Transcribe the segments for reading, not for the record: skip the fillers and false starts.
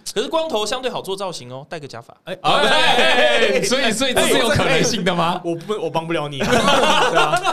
可是光头相对好做造型哦，戴个假发。 所以这是有可能性的吗？ 我帮不了你啊。对啊。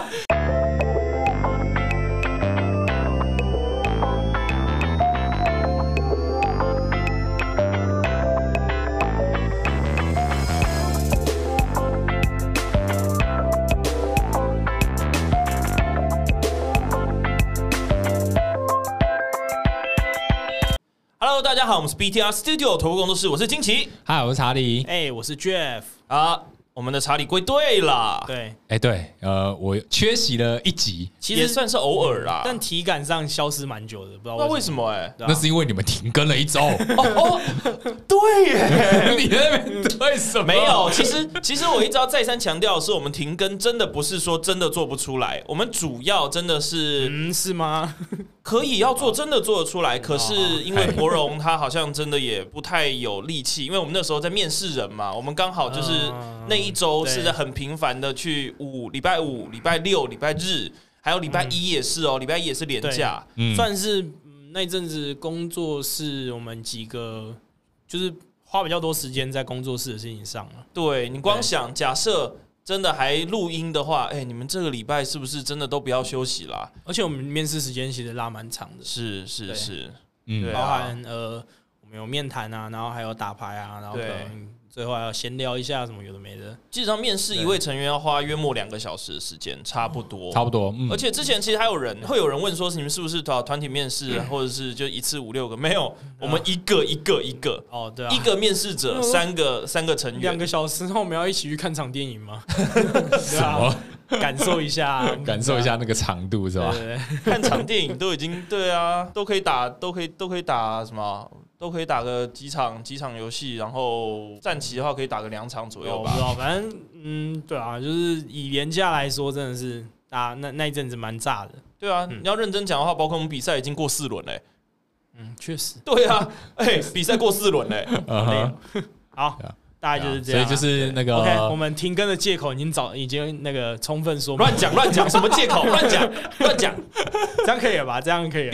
Hello， 大家好，我们是 BTR Studio 头部工作室，我是金奇， 嗨，我是查理。 我是 Jeff 啊，我们的查理归队了。 对， 对，我缺席了一集， 其实也算是偶尔啦， 但体感上消失蛮久的，不知道为什么那是因为你们停更了一周。 对耶， 你那边对什么？ 没有，其实我一直要再三强调的是，我们停更真的不是说真的做不出来，我们主要真的是是吗？ 可以要做，真的做得出来。可是因为博荣他好像真的也不太有力气，因为我们那时候在面试人嘛，我们刚好就是那一周是在很频繁的去礼拜五、礼拜六、礼拜日，还有礼拜一也是哦，礼拜一也是连假， 算是那阵子工作室我们几个就是花比较多时间在工作室的事情上了。 对，你光想假设真的还录音的话，你们这个礼拜是不是真的都不要休息啦？ 而且我们面试时间其实拉蛮长的， 是， 对，包含我们有面谈啊，然后还有打牌啊，然后可能最后还要闲聊一下什么有的没的。 基本上面试一位成员要花约莫2个小时的时间，差不多。而且之前其实还有人问说，你们是不是团体面试，或者是就一次5、6个？没有，我们一个哦，对啊， 一个面试者三个成员 ，2个小时后我们要一起去看场电影吗？对啊，感受一下那个长度是吧？ 对， 看场电影都已经对啊，都可以打什么？都可以打个几场游戏，然后战棋的话可以打个2场左右吧。 我不知道，反正对啊，就是以廉价来说，真的是那一阵子蛮炸的。 对啊，你要认真讲的话，宝可梦比赛已经过4轮嘞。 确实。 对啊，比赛过4轮嘞。 好，大概就是这样。 所以就是那个 OK， 我们停更的借口已经那个充分说明。 乱讲什么借口？乱讲， 这样可以了吧？这样可以了。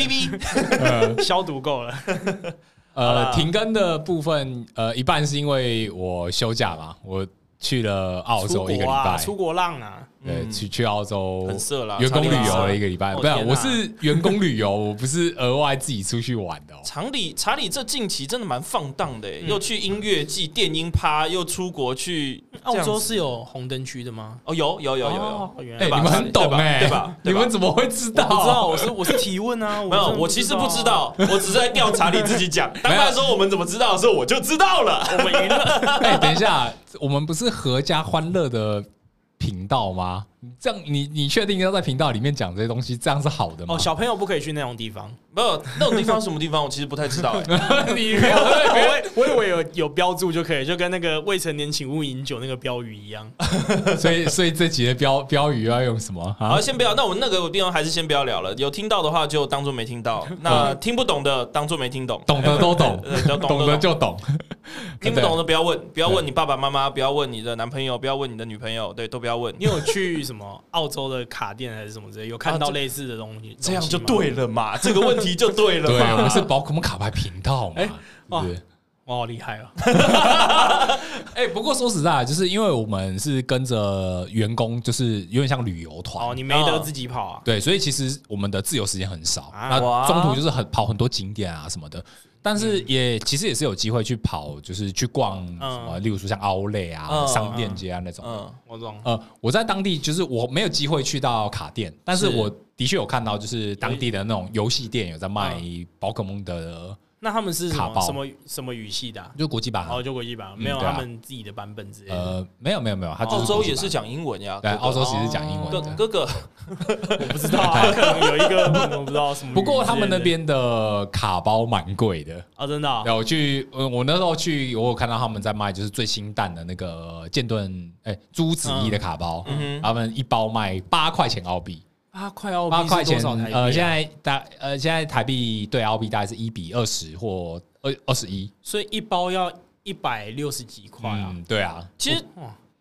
BB 消毒够了。 停更的部分，一半是因为我休假嘛，我去了澳洲1个礼拜， 出国浪啊， 对，去澳洲很色啦， 员工旅游了1个礼拜，不是，我是员工旅游，我不是额外自己出去玩的。 查理这近期真的蛮放荡的，又去音乐季、电音趴，又出国去。 澳洲是有红灯区的吗？ 哦，有， 你们很懂对吧？你们怎么会知道？ 我不知道，我是提问啊， 没有，我其实不知道，我只是在调查你自己讲。当他说我们怎么知道的时候，我就知道了， 我们赢了。 等一下，我们不是合家欢乐的频道吗？这样你确定要在频道里面讲这些东西，这样是好的吗？ 小朋友不可以去那种地方。 没有，那种地方什么地方，我其实不太知道。 我以为有标注就可以，就跟那个未成年请勿饮酒那个标语一样。 所以这集的标语要用什么？ 好，先不要。那我们那个地方还是先不要聊了。有听到的话就当做没听到，那听不懂的当做没听懂， 懂的都懂，懂的就懂。 听不懂的不要问，不要问你爸爸妈妈，不要问你的男朋友，不要问你的女朋友，对，都不要问。 你有去什么澳洲的卡店还是什么之类？有看到类似的东西？ 这样就对了嘛，这个问题就对了嘛。 对，我们是宝可梦卡牌频道嘛，对。 哇，好厉害哦！ 不过说实在，就是因为我们是跟着员工，就是有点像旅游团你没得自己跑啊。 对，所以其实我们的自由时间很少，那中途就是跑很多景点啊什么的。但是其实也是有机会去跑，就是去逛什么，例如说像Outlet啊、商店街啊那种。 我懂。 我在当地就是我没有机会去到卡店，但是我的确有看到，就是当地的那种游戏店有在卖宝可梦的。 那他们是什么语系的？ 就国际版就国际版，没有他们自己的版本之类的。 没有，他澳洲也是讲英文呀。 对，澳洲其实讲英文。 哥哥， 我不知道啊，可能有一个我不知道什么。 不过他们那边的卡包蛮贵的真的。 我那时候去，我有看到他们在卖，就是最新弹的那个剑盾朱子怡的卡包，他们一包卖8块钱澳币。 8块澳币是多少台币？ 现在台币对澳币大概是1比20或21， 所以一包要160几块啊。 对啊， 其实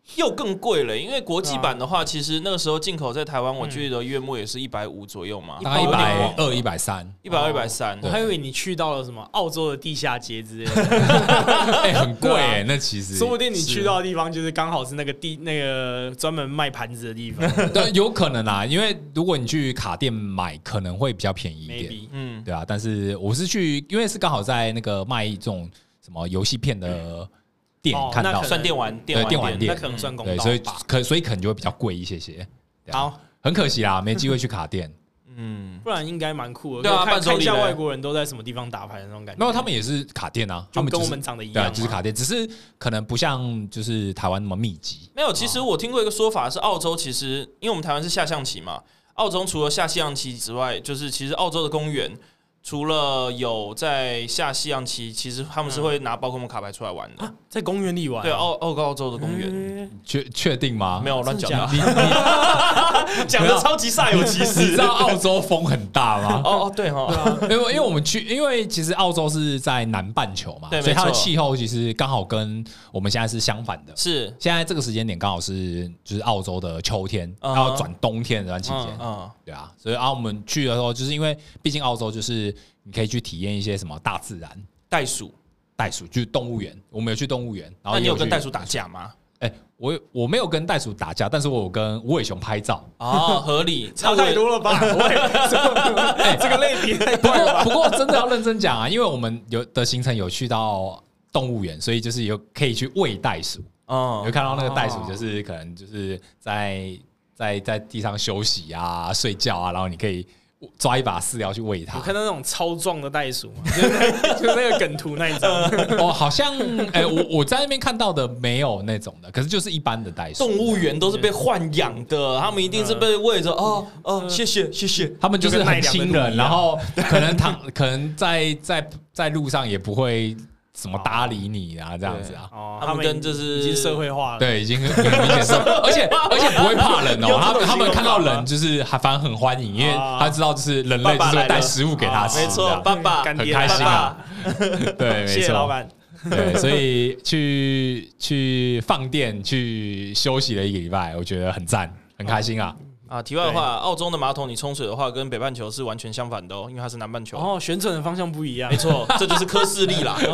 又更贵了，因为国际版的话，其实那个时候进口在台湾，我记得月末也是150左右嘛， 大概120、130、 120、130。 我还以为你去到了什么澳洲的地下街之类的， 很贵哎，那其实说不定你去到的地方就是刚好是那个专门卖盘子的地方， 对，有可能啦，因为如果你去卡店买，可能会比较便宜一点，对啊。但是我是去，因为是刚好在那个卖这种什么游戏片的。店看到算电玩店， 那可能算公道， 所以可能就会比较贵一些。 好， 很可惜啦，没机会去卡店。 不然应该蛮酷的。 对啊， 看一下外国人都在什么地方打牌的那种感觉。 没有，他们也是卡店啊，他们跟我们长得一样， 对，就是卡店，只是可能不像就是台湾那么密集。 没有，其实我听过一个说法是，澳洲其实因为我们台湾是下象棋嘛，澳洲除了下西洋棋之外，就是其实澳洲的公园。除了有在下西洋棋，其实他们是会拿宝可梦卡牌出来玩的， 在公园里玩。 对，澳洲的公园， 确定吗？ 没有乱讲的，讲的超级煞有其事。 你知道澳洲风很大吗？ 对哈， 因为我们去，因为其实澳洲是在南半球嘛，所以它的气候其实刚好跟我们现在是相反的。 是， 现在这个时间点刚好是就是澳洲的秋天，要转冬天的这段期间，对啊，所以我们去的时候，就是因为毕竟澳洲就是你可以去体验一些什么大自然， 袋鼠就是动物园，我们有去动物园。然后那你有跟袋鼠打架吗？ 我没有跟袋鼠打架，但是我有跟无尾熊拍照。 合理， 差太多了吧？这个类别太多了。 不过真的要认真讲啊，因为我们有的行程有去到动物园，所以就是可以去喂袋鼠。有看到那个袋鼠，就是可能就是在地上休息啊、睡觉啊，然后你可以抓一把饲料去喂它。 我看到那种超壮的袋鼠嘛，就那个梗图那一张。 好像我在那边看到的没有那种的，可是就是一般的袋鼠。 动物园都是被豢养的，他们一定是被喂着谢谢， 他们就是很亲人，然后可能在路上也不会。什么搭理你啊，这样子啊？ 他们就是已经社会化了， 对，已经很明显是，而且不会怕人哦。他们看到人就是反而很欢迎，因为他知道就是人类就是会带食物给他吃， 没错，爸爸很开心啊。对，没错， 谢谢老板。 对，所以去放电去休息了1个礼拜，我觉得很赞，很开心啊。 题外话，澳洲的马桶你冲水的话，跟北半球是完全相反的因为它是南半球。 旋转的方向不一样。 没错，这就是科氏力啦。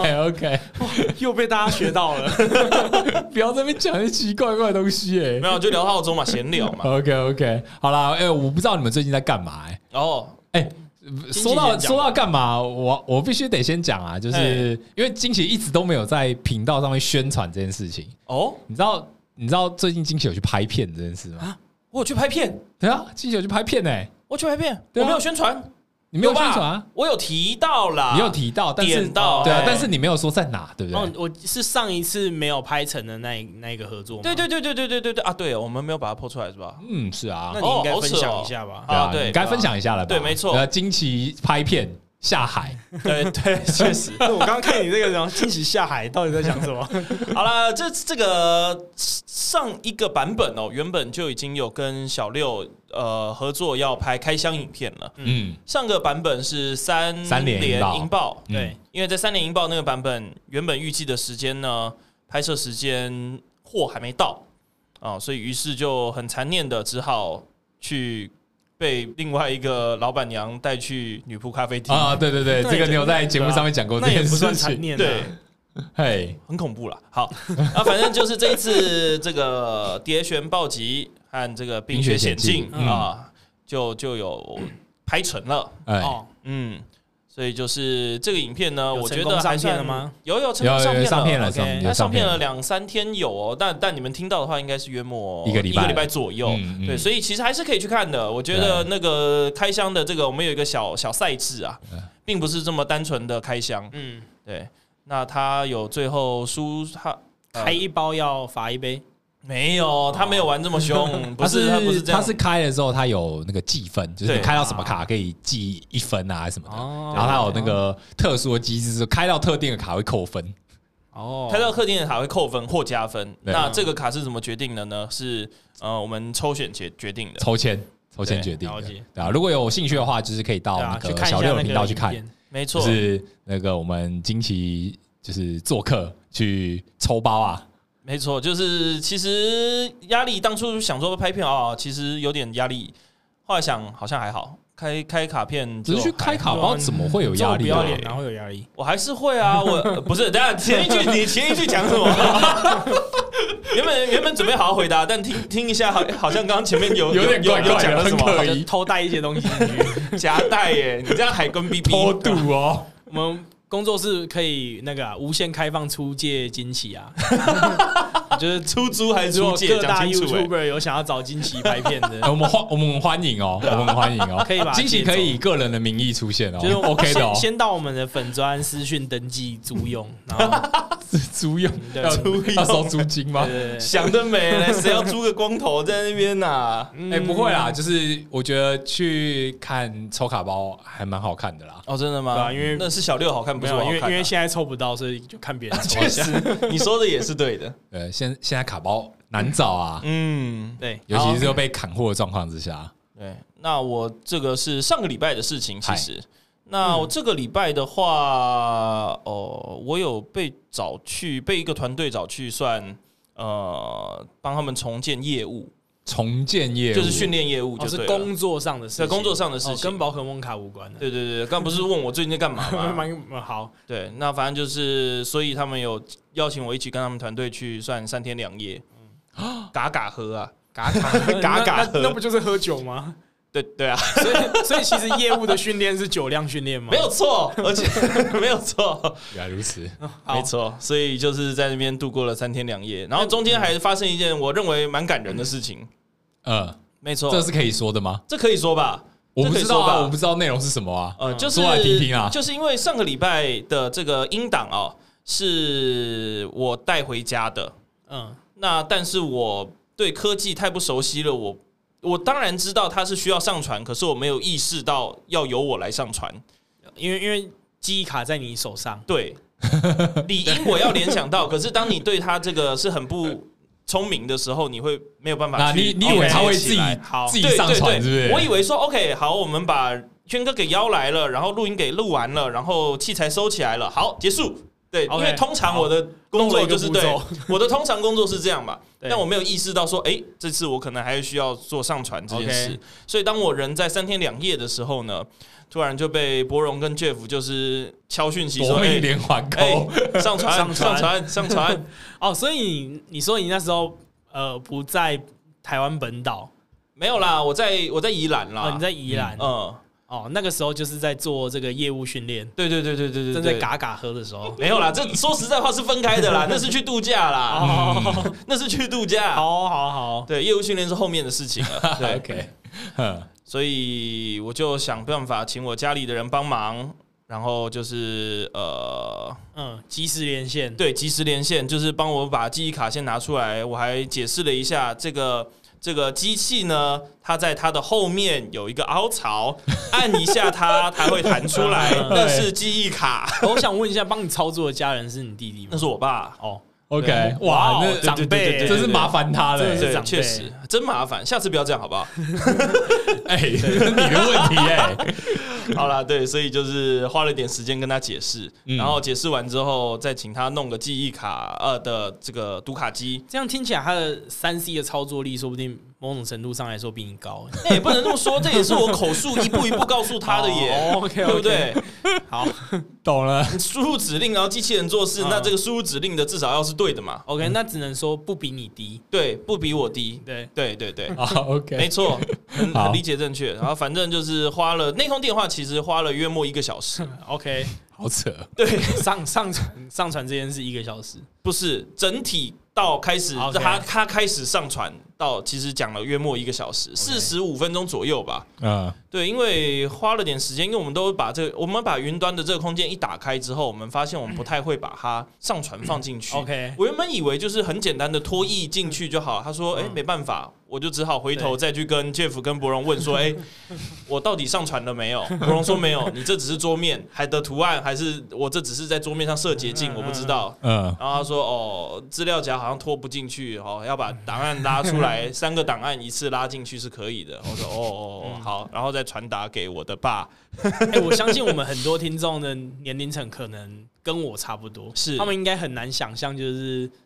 OK， 又被大家学到了。 不要在那边讲一些奇怪怪的东西没有，就聊澳洲嘛，闲聊嘛。 OK， 好啦，我不知道你们最近在干嘛说到干嘛，我必须得先讲啊，就是因为惊奇一直都没有在频道上面宣传这件事情。你知道最近惊奇有去拍片这件事吗？ 我有去拍片， 对啊，惊奇有去拍片我去拍片，我没有宣传， 你没有宣传啊？ 我有提到啦， 你有提到，但是点到， 对啊，但是你没有说在哪，对不对？ 我是上一次没有拍成的那一个合作吗？ 对啊，对，我们没有把它 po 出来是吧？ 是啊， 那你应该分享一下吧？ 对，你该分享一下了吧？ 对，没错， 惊奇拍片。下海， 对，确实。 我刚刚看你这个，然后惊奇下海，到底在讲什么？ 好了，这个上一个版本原本就已经有跟小六合作要拍开箱影片了。上个版本是3连引爆，对，因为在3连引爆那个版本，原本预计的时间呢，拍摄时间货还没到所以于是就很残念的只好去。被另外一个老板娘带去女仆咖啡厅对，这个你有在节目上面讲过这件事情， 对，很恐怖啦。好，反正就是这一次这个《碟旋暴击》和这个《冰雪险境》就有拍成了所以就是这个影片呢，我觉得还算有成功上片了，它上片了2-3天有但你们听到的话，应该是约莫一个礼拜左右。对，所以其实还是可以去看的。我觉得那个开箱的这个，我们有一个小赛制啊，并不是这么单纯的开箱。对，那他有最后输开一包要罚一杯。 没有，他没有玩这么凶，他不是这样。 他是开的时候，他有那个计分，就是你开到什么卡可以记1分啊什么的。然后他有那个特殊的机制，是开到特定的卡会扣分。 开到特定的卡会扣分或加分。那这个卡是怎么决定的呢？是我们抽选决定的， 抽签决定的。对啊，如果有兴趣的话，就是可以到那个小六的频道去看。 没错， 就是那个我们惊奇就是做客去抽包啊。 没错，就是其实压力，当初想说拍片其实有点压力，后来想好像还好。开卡片， 只是去开卡包，怎么会有压力？ 不要脸，然后有压力。 我还是会啊，我不是。等一下你前一句讲什么？原本准备好好回答，但听一下，好像刚刚前面有点怪怪讲了什么， 偷带一些东西进去， 夹带耶！你这样海跟 BB 偷渡哦。 我们工作室可以那个无限开放出借惊奇啊。就是出租还是出借？ 各大 YouTuber 有想要找惊奇拍片的， 我们欢迎哦，我们欢迎哦， 可以吧？ 惊奇可以以个人的名义出现哦， 就是 OK 的哦。 先到我们的粉专私讯登记租用，然后租用要收租金吗？ 想得美嘞，谁要租个光头在那边呐？ 不会啦，就是我觉得去看抽卡包还蛮好看的啦。 哦，真的吗？ 对啊，因为那是小六好看，不是我好看。 因为现在抽不到，所以就看别人抽一下。 你说的也是对的。 对，现在卡包难找啊， 对， 尤其是又被砍货的状况之下。 对，那我这个是上个礼拜的事情，其实。那我这个礼拜的话，我有被一个团队找去算，帮他们重建业务。 重建业务就是训练业务，就是工作上的事情， 工作上的事情， 跟宝可梦卡无关的。 对，刚不是问我最近在干嘛吗？ 好， 对，那反正就是，所以他们有邀请我一起跟他们团队去算3天2夜，嘎嘎喝啊， 嘎喝，那不就是喝酒吗？ 对啊， 所以其实业务的训练是酒量训练吗？ 没有错，而且没有错， 原来如此， 没错，所以就是在那边度过了3天2夜，然后中间还发生一件我认为蛮感人的事情。没错， 这是可以说的吗？ 这可以说吧， 我不知道啊，我不知道内容是什么啊。 就是说来听听啊。 就是因为上个礼拜的这个音档是我带回家的，那但是我对科技太不熟悉了，我当然知道它是需要上传，可是我没有意识到要由我来上传， 因为记忆卡在你手上。 对，理应我要联想到，可是当你对它这个是很不聪明的时候，你会没有办法去。 你以为他会自己上传，是不是？ 我以为说 OK 好，我们把轩哥给邀来了，然后录音给录完了，然后器材收起来了，好结束。对，因为通常我的工作就是对我的通常工作是这样嘛，但我没有意识到说，这次我可能还需要做上传这件事。所以当我人在3天2夜的时候呢，突然就被博荣跟 Jeff 就是敲讯息说， 连环扣， 上传。 所以你说你那时候不在台湾本岛？ 没有啦，我在宜兰啦。 你在宜兰？那个时候就是在做这个业务训练。对，正在嘎嘎喝的时候。 没有啦，这说实在话是分开的啦，那是去度假啦。那是去度假。 好。 对，业务训练是后面的事情了。对 ，OK。 所以我就想办法请我家里的人帮忙，然后就是即时连线。 对，即时连线就是帮我把记忆卡先拿出来。我还解释了一下这个机器呢，它在它的后面有一个凹槽，按一下它会弹出来，那是记忆卡。 我想问一下，帮你操作的家人是你弟弟吗？ 那是我爸。 OK， 哇，那长辈真是麻烦他了， 对，确实真麻烦，下次不要这样好不好？ 这是你的问题好啦，对，所以就是花了点时间跟他解释，然后解释完之后，再请他弄个记忆卡的这个读卡机。 这样听起来，他的3C 的操作力，说不定某种程度上来说比你高。 也不能这么说，这也是我口述一步一步告诉他的耶。 OK， 对不对？ 好， 懂了。 你输入指令，然后机器人做事，那这个输入指令的至少要是对的嘛。 OK， 那只能说不比你低。 对，不比我低。对。 OK， 没错，很理解正确。然后反正就是花了那通电话，其实花了约莫1个小时。 OK， 好扯。 对， 上传这件事1个小时， 不是整体到开始，他开始上传到其实讲了约莫1个小时，45分钟左右吧。对，因为花了点时间，因为我们都我们把云端的这个空间一打开之后，我们发现我们不太会把它上传放进去。 OK， 我原本以为就是很简单的拖译进去就好，他说没办法，我就只好回头再去跟 Jeff 跟博荣问说，我到底上传了没有？博荣说没有，你这只是桌面还的图案，还是我这只是在桌面上设捷径，我不知道。然后他说资料夹好像拖不进去，要把档案拉出来，3个档案一次拉进去是可以的。我说好，然后再传达给我的爸。 我相信我们很多听众的年龄层可能跟我差不多， 是他们应该很难想象，就是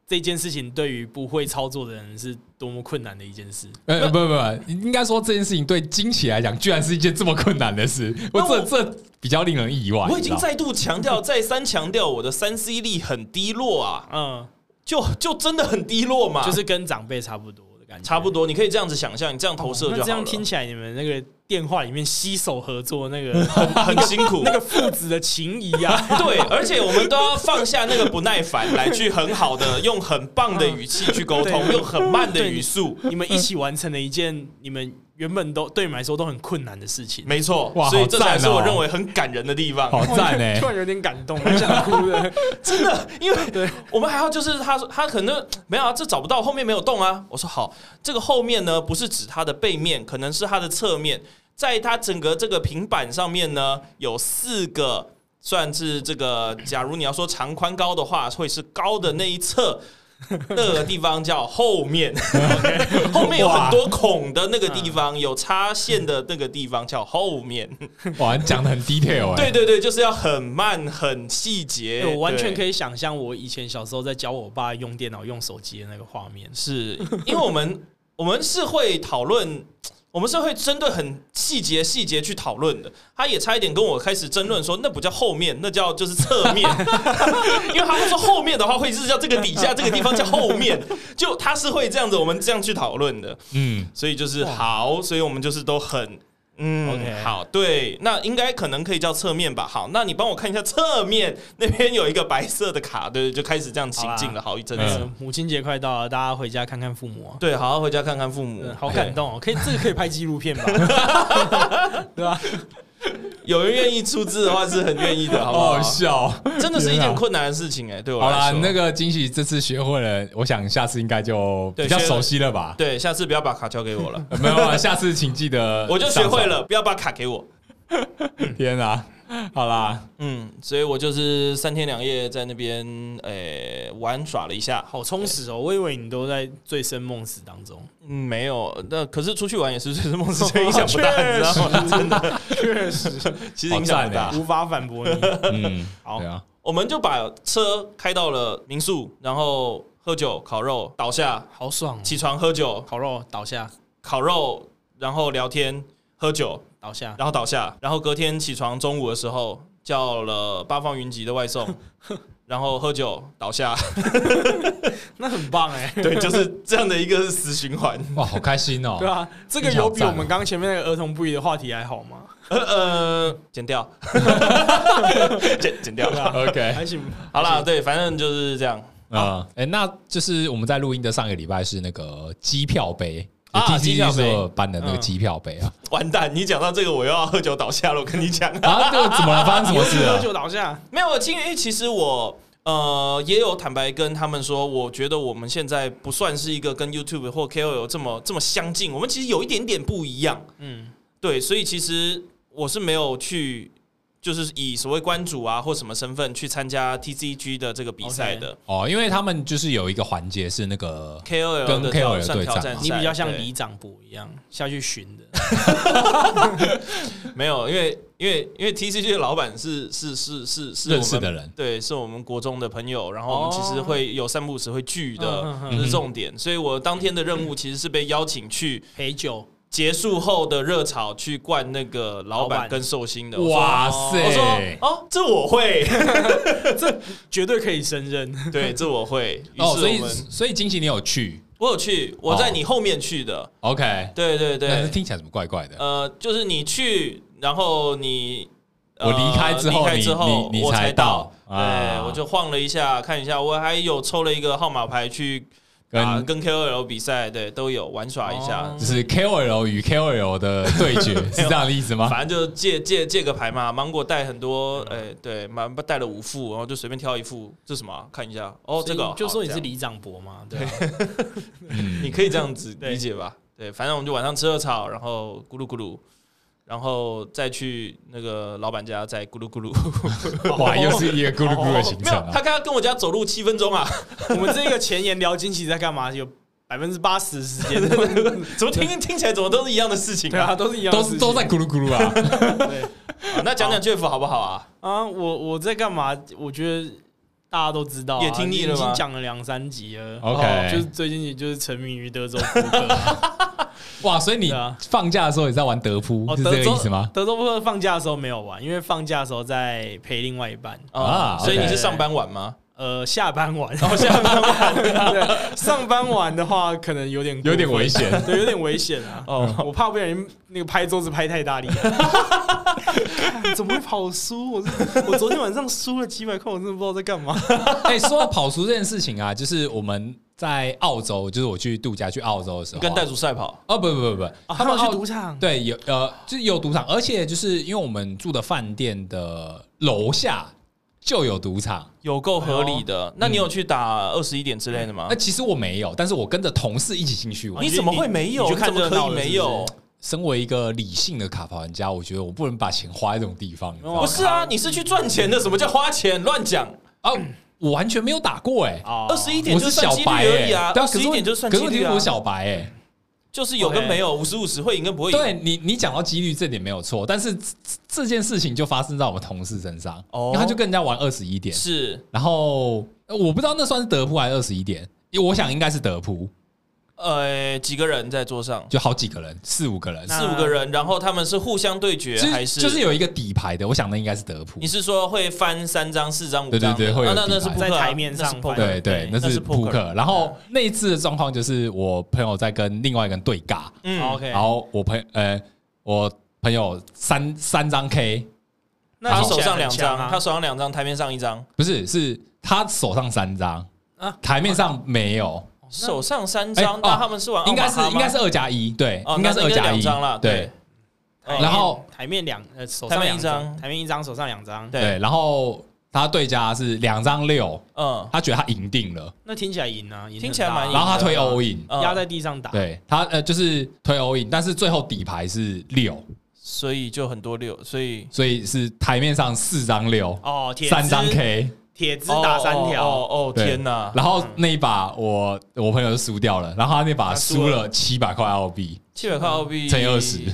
这件事情对于不会操作的人是多么困难的一件事。 不，应该说这件事情对惊奇来讲，居然是一件这么困难的事，这比较令人意外。 我已经再度强调，再三强调，我的3C 力很低落啊，就真的很低落嘛， 就是跟长辈差不多的感觉， 差不多，你可以这样子想象，你这样投射就好了。 那这样听起来，你们那个电话里面携手合作那个很辛苦， 那个父子的情谊啊， 对，而且我们都要放下那个不耐烦，来去很好的用很棒的语气去沟通，用很慢的语速， 你们一起完成了一件你们原本都对你们来说都很困难的事情。 没错，所以这才是我认为很感人的地方。 好赞突然有点感动，很想哭了。 真的，因为我们还要就是他可能没有啊，这找不到，后面没有动啊。我说好，这个后面呢不是指它的背面，可能是它的侧面。在它整个这个平板上面呢，有4个，算是这个，假如你要说长宽高的话，会是高的那一侧。那个地方叫后面后面有很多孔的那个地方，有插线的那个地方叫后面。 哇，你讲的很 detail 对对对，就是要很慢很细节。 我完全可以想象我以前小时候在教我爸用电脑用手机的那个画面， 是因为我们是会讨论。我们是会针对很细节去讨论的，他也差一点跟我开始争论说，那不叫后面，那叫就是侧面，因为他们说后面的话会是叫这个底下这个地方叫后面，就他是会这样子，我们这样去讨论的，所以就是好，所以我们就是都很。 OK， 好，对，那应该可能可以叫侧面吧。好，那你帮我看一下侧面那边有一个白色的卡，对，就开始这样行进了好一阵子。 母亲节快到了，大家回家看看父母对，好好回家看看父母， 好感动哦！这个可以拍纪录片吧？对吧？ 有人愿意出资的话，是很愿意的，好不好？ 好笑， 真的是一件困难的事情对我来说。 好啦，那个惊喜这次学会了，我想下次应该就比较熟悉了吧？ 对，下次不要把卡交给我了。 没有啊，下次请记得， 我就学会了，不要把卡给我。 天啊！好啦， 所以我就是3天2夜在那边玩耍了一下， 好充实哦！我以为你都在醉生梦死当中。 没有，那可是出去玩也是醉生梦死，所以影响不大，你知道吗？真的， 确实， 其实影响不大， 无法反驳你。好， 我们就把车开到了民宿，然后喝酒、烤肉、倒下， 好爽！ 起床喝酒、 烤肉、倒下， 烤肉，然后聊天、喝酒。 倒下， 然后倒下，然后隔天起床，中午的时候叫了8方云集的外送，然后喝酒倒下， 那很棒对，就是这样的一个死循环。 哇，好开心哦！ 对啊，这个有比我们刚前面那个儿童不宜的话题还好吗？ 剪掉，剪掉。 OK， 还行。 好啦，对，反正就是这样那就是我们在录音的上个礼拜是那个机票杯。 机票杯办的那个机票杯啊， 完蛋！你讲到这个，我又要喝酒倒下了。我跟你讲啊，这个怎么了？发生什么事了？ 喝酒倒下？ 没有，因为其实我也有坦白跟他们说，我觉得我们现在不算是一个跟 YouTube 或 KOL 这么相近，我们其实有一点点不一样。对，所以其实我是没有去。就是以所谓关主啊或什么身份去参加 TCG 的这个比赛的因为他们就是有一个环节是那个 KOL 跟 KOL 对战， 你比较像里长伯一样下去巡的， 没有，因为 TCG 的老板是认识的人， 对，是我们国中的朋友，然后我们其实会有3不5时会聚的，这是重点，所以我当天的任务其实是被邀请去陪酒。 结束后的热潮去灌那个老板跟寿星的， 哇塞！ 我说这我会， 这绝对可以胜任。 对，这我会。 所以惊喜你有去？ 我有去，我在你后面去的。 OK， 对对对， 但是听起来怎么怪怪的？ 就是你去，然后你我离开之后，你才到。 对，我就晃了一下，看一下，我还有抽了一个号码牌去。跟 KOL 比赛，对，都有玩耍一下， 就是 KOL 与 KOL 的对决，是这样的意思吗？ 反正就借个牌嘛，芒果带很多，对，带了5副，然后就随便挑一副，这是什么？看一下，这个就说你是里长伯嘛，对， 你可以这样子理解吧？对，反正我们就晚上吃热炒，然后咕噜咕噜。然后再去那个老板家，再咕噜咕噜， 哇，又是一个咕噜咕噜的行程啊！ 他刚刚跟我家走路7分钟啊！ 我们这个前言聊惊喜在干嘛？有80%的时间， 怎么听起来怎么都是一样的事情？ 对啊，都是一样的事情， 都在咕噜咕噜啊！ 对，那讲讲 Jeff 好不好啊？ 我在干嘛？我觉得大家都知道， 也听腻了吗？ 已经讲了2、3集了。 OK， 就是最近就是沉迷于德州扑克。 哇，所以你放假的时候也在玩德扑，是这个意思吗？ 德州扑克放假的时候没有玩，因为放假的时候在陪另外一半啊，所以你是上班玩吗？ 下班玩，下班玩。对，上班玩的话可能有点危险， 对，有点危险啊。我怕被人那个拍桌子拍太大力。怎么会跑输？我昨天晚上输了几百块，我真的不知道在干嘛。 说到跑输这件事情啊，就是我们在澳洲，就是我去度假去澳洲的时候， 跟袋鼠赛跑。 不， 他们去赌场。 对，就是有赌场，而且就是因为我们住的饭店的楼下就有赌场， 有够合理的。那你有去打21点之类的吗？ 那其实我没有，但是我跟着同事一起进去玩。 你怎么会没有？ 你怎么可以没有？ 身为一个理性的卡牌玩家，我觉得我不能把钱花在这种地方。 不是啊，你是去赚钱的，什么叫花钱？乱讲啊！我完全没有打过 21点就是算几率而已啊。21点就算几率啊。 可是我是小白就是有跟没有50-50，会赢跟不会赢。 对你讲到几率这点没有错，但是这件事情就发生在我们同事身上，因为他就跟人家玩21点， 是， 然后我不知道那算是德扑还是21点，因为我想应该是德扑。 几个人在桌上？ 就好几个人，4、5个人 ，4、5个人，然后他们是互相对决，还是就是有一个底牌的？我想那应该是德扑。 你是说会翻3张、4张、5张？ 对，会有那是扑克在台面上， 对，那是扑克。然后那一次的状况就是我朋友在跟另外一个人对尬 ，OK， 然后我朋友三张 K， 他手上2张，台面上1张， 不是，是他手上3张，台面上没有。 手上3张，那他们是玩应该是2+1，对，应该是2+1 张了，对。 然后台面手上1张，台面1张，手上2张， 对。然后他对家是2张6，他觉得他赢定了， 那听起来赢啊， 听起来蛮赢。 然后他推 all in， 压在地上打， 对他就是推 all in， 但是最后底牌是6， 所以就很多6，所以是台面上4张6， 3张 K。 铁枝打3条， 天哪！ 然后那一把我朋友就输掉了，然后他那把输了700块澳币 ，700块澳币乘以20，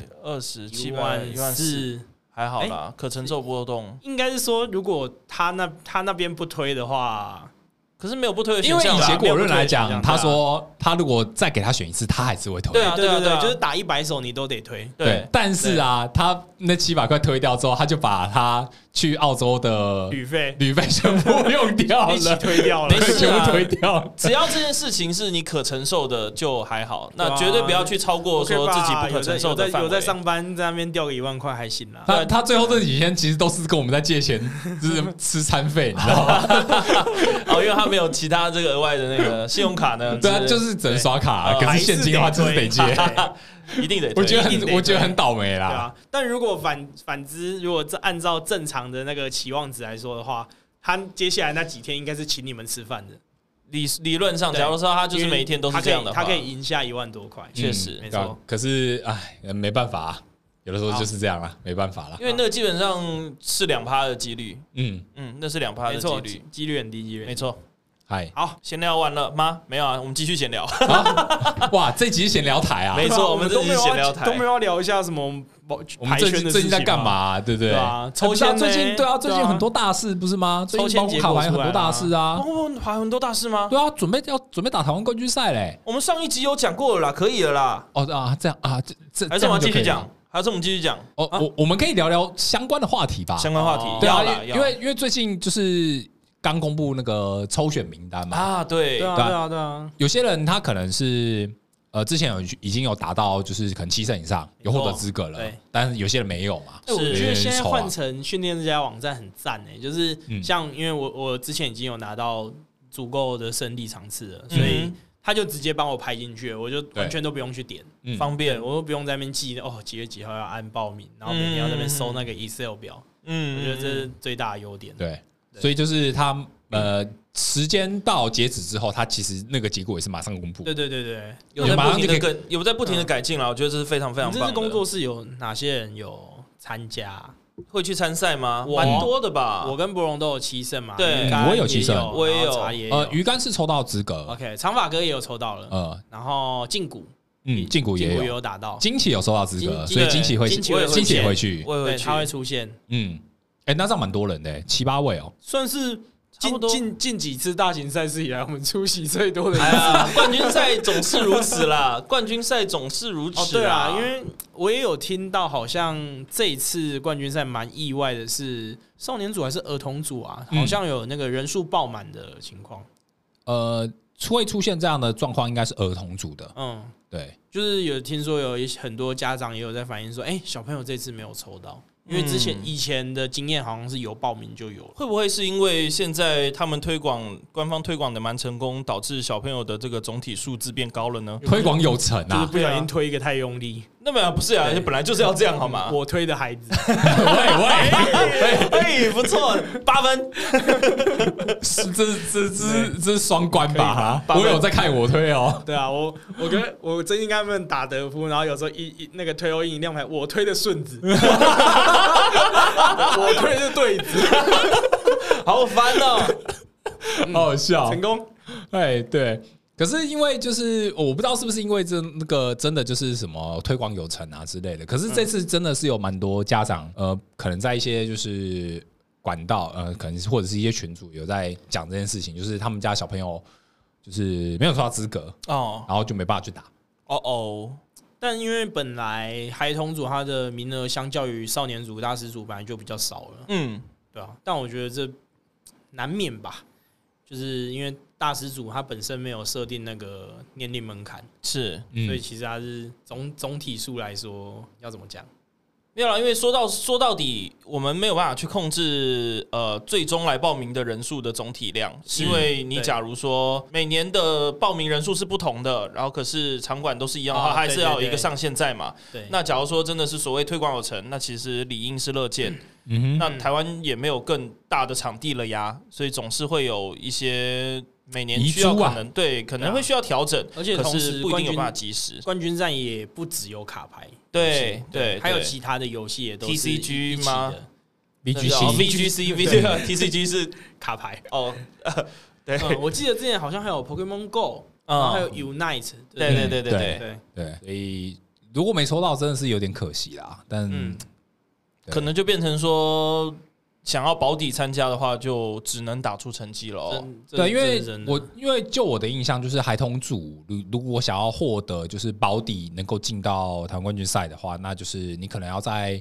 14000，还好啦，可承受波动。 应该是说，如果他那边不推的话。 可是没有不推的选项， 因为以结果论来讲，他说他如果再给他选一次，他还是会推。 对，就是打100手你都得推。 对，但是啊，他那700块推掉之后，他就把他去澳洲的旅费全部用掉了， 一起推掉了， 全部推掉。 只要这件事情是你可承受的，就还好。那绝对不要去超过说自己不可承受的范围。 有在上班，在那边掉个1万块还行啦。 他最后这几天其实都是跟我们在借钱，就是吃餐费，你知道吗？ 因为他没有其他这个额外的那个信用卡呢。 对啊，就是只能刷卡，可是现金的话就是得借， 一定得。 我觉得很倒霉啦。 对啊，但如果反之，如果按照正常的那个期望值来说的话，他接下来那几天应该是请你们吃饭的。 理论上，假如说他就是每一天都是这样的话， 他可以赢下1万多块， 确实没错。 可是没办法，有的时候就是这样啦，没办法啦。 因为那个基本上是2%的几率，那是2%的几率， 几率很低， 没错。 好， 闲聊完了吗？没有啊，我们继续闲聊。 哇，这集是闲聊台啊！ 没错，我们这集是闲聊台， 都没有要聊一下什么我们最近在干嘛？对不对？ 抽签最近很多大事不是吗？ 抽签卡牌很多大事啊！ 还很多大事吗？ 对啊，准备打台湾冠军赛嘞！ 我们上一集有讲过了啦，可以了啦。 这样啊，这还是我们继续讲？还是我们继续讲？ 我们可以聊聊相关的话题吧。 相关话题， 对啊，因为最近就是刚公布那个抽选名单嘛。 对啊， 有些人他可能是之前已经有达到就是可能7胜以上有获得资格了，但是有些人没有嘛。 我觉得现在换成训练这家网站很赞就是像因为我之前已经有拿到足够的胜利场次了，所以他就直接帮我排进去了，我就完全都不用去点， 方便， 我都不用在那边记几月几号要按报名，然后每天要在那边收那个 Excel 表，我觉得这是最大的优点。 对，所以就是他时间到截止之后，他其实那个结果也是马上公布。 对， 有在不停的改进了，我觉得这是非常非常棒的。 这支工作室有哪些人有参加？ 会去参赛吗？蛮多的吧。 我跟博荣都有7胜嘛。 对， 我有7胜， 我也有。 鱼竿是抽到资格。 OK， 长发哥也有抽到了。然后胫骨， 胫骨也有打到。 惊奇有抽到资格，所以惊奇也会去。 对，他会出现。 那这样蛮多人的，7、8位哦。 算是近几次大型赛事以来，我们出席最多的一次。 冠军赛总是如此啦，冠军赛总是如此。 对啊，因为我也有听到，好像这一次冠军赛蛮意外的是，少年组还是儿童组啊，好像有那个人数爆满的情况。 会出现这样的状况，应该是儿童组的。对， 就是有听说有很多家长也有在反映说，小朋友这次没有抽到。因为以前的经验好像是有报名就有了， 会不会是因为现在他们官方推广的蛮成功，导致小朋友的这个总体数字变高了呢？ 推广有成啊， 就是不小心推一个太用力。 那么不是啊，本来就是要这样好吗？ 我推的孩子， 喂，不错，8分， 这是双关吧？我有在看我推哦。 对啊，我最近跟他们打德夫，然后有时候那个推欧印亮牌，我推的顺子，我推的对子， 好烦哦， 好好笑， 成功， 对。可是因为就是我不知道是不是因为那个真的就是什么推广有成啊之类的，可是这次真的是有蛮多家长可能在一些就是管道可能或者是一些群组有在讲这件事情，就是他们家小朋友就是没有抽到资格然后就没办法去打但因为本来孩童组它的名额相较于少年组、大师组本来就比较少了，对啊，但我觉得这难免吧，就是因为大师组它本身没有设定那个年龄门槛， 是， 所以其实它是总体数来说要怎么讲？ 没有啦，因为说到底，我们没有办法去控制最终来报名的人数的总体量，因为你假如说每年的报名人数是不同的，然后可是场馆都是一样的话，还是要有一个上限在嘛。那假如说真的是所谓推广有成，那其实理应是乐见。那台湾也没有更大的场地了呀，所以总是会有一些每年需要可能会需要调整， 而且同时不一定有办法及时。 冠军战也不只有卡牌， 对， 还有其他的游戏也都是 TCG 吗 ？VGC 是卡牌对， 我记得之前好像还有 Pokemon Go， 然后还有 Unite， 对， 所以如果没抽到，真的是有点可惜啦。但可能就变成说，想要保底参加的话，就只能打出成绩了。 对，因为就我的印象，就是孩童组如果想要获得就是保底能够进到台湾冠军赛的话，那就是你可能要在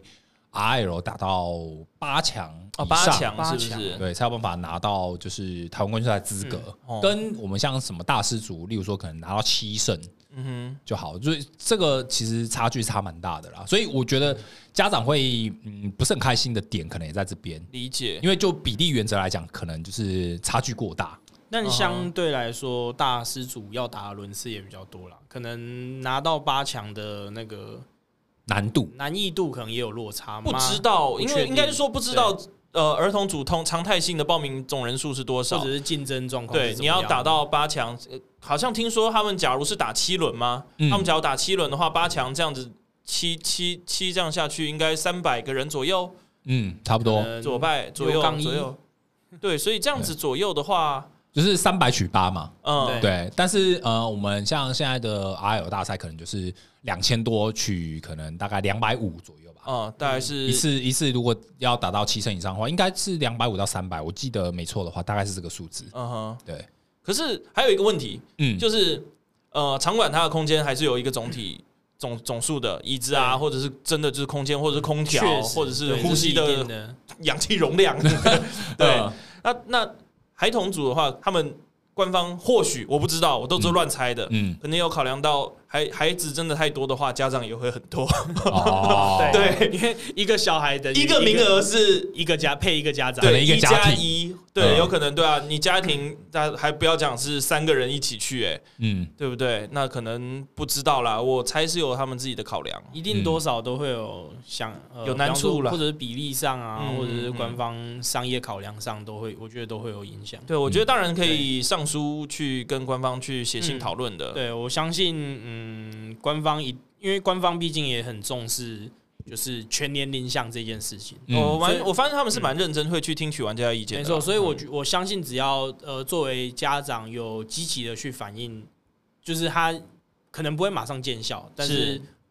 RL 打到8强以上 ，8强是不是？ 对，才有办法拿到就是台湾冠军赛的资格。跟我们像什么大师组，例如说可能拿到7胜。就好，就是这个其实差距差蛮大的啦，所以我觉得家长会不是很开心的点，可能也在这边理解， 因为就比例原则来讲，可能就是差距过大。 但相对来说，大师组要打的轮次也比较多啦，可能拿到8强的那个难易度可能也有落差。 不知道，因为应该是说不知道。儿童组常态性的报名总人数是多少？ 或者是竞争状况？ 对，你要打到8强，好像听说他们假如是打7轮吗？他们假如打7轮的话，8强这样子七这样下去，应该300个人左右。 差不多左右。对，所以这样子左右的话， 就是300取8嘛。对。但是我们像现在的 RL 大赛，可能就是2000多取，可能大概250左右。 大概是一次，如果要达到7胜以上的话，应该是250到300，我记得没错的话，大概是这个数字。对。 可是还有一个问题，就是场馆它的空间还是有一个总体总数的椅子啊，或者是真的就是空间，或者是空调，或者是呼吸的氧气容量。对。那孩童组的话，他们官方或许我不知道，我都是乱猜的。可能有考量到孩子真的太多的话，家长也会很多。 对，因为一个小孩的一个名额是一个配一个家长， 对，1加1，对，有可能对啊。你家庭还不要讲是3个人一起去，对不对？那可能不知道啦，我猜是有他们自己的考量， 一定多少都会有有难处啦， 或者是比例上啊，或者是官方商业考量上都会，我觉得都会有影响。 对，我觉得当然可以上书去跟官方去写信讨论的。 对，我相信官方因为官方毕竟也很重视就是全年龄项这件事情。 我发现他们是蛮认真会去听取玩家的意见的。 没错，所以我相信只要作为家长有积极的去反映，就是他可能不会马上见效，但是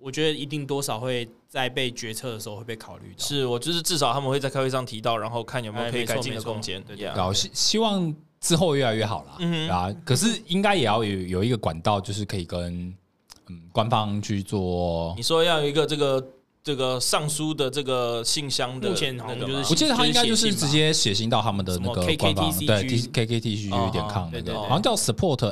我觉得一定多少会在被决策的时候会被考虑到。 是我就是至少他们会在开会上提到，然后看有没有可以改进的空间。 对，希望之后越来越好啦。啊，可是应该也要有一个管道，就是可以跟官方去做。 你说要有一个这个上书的这个信箱的， 目前好像就是我记得他应该就是直接写信到他们的那个官方，对 KKTCG.com 那个，好像叫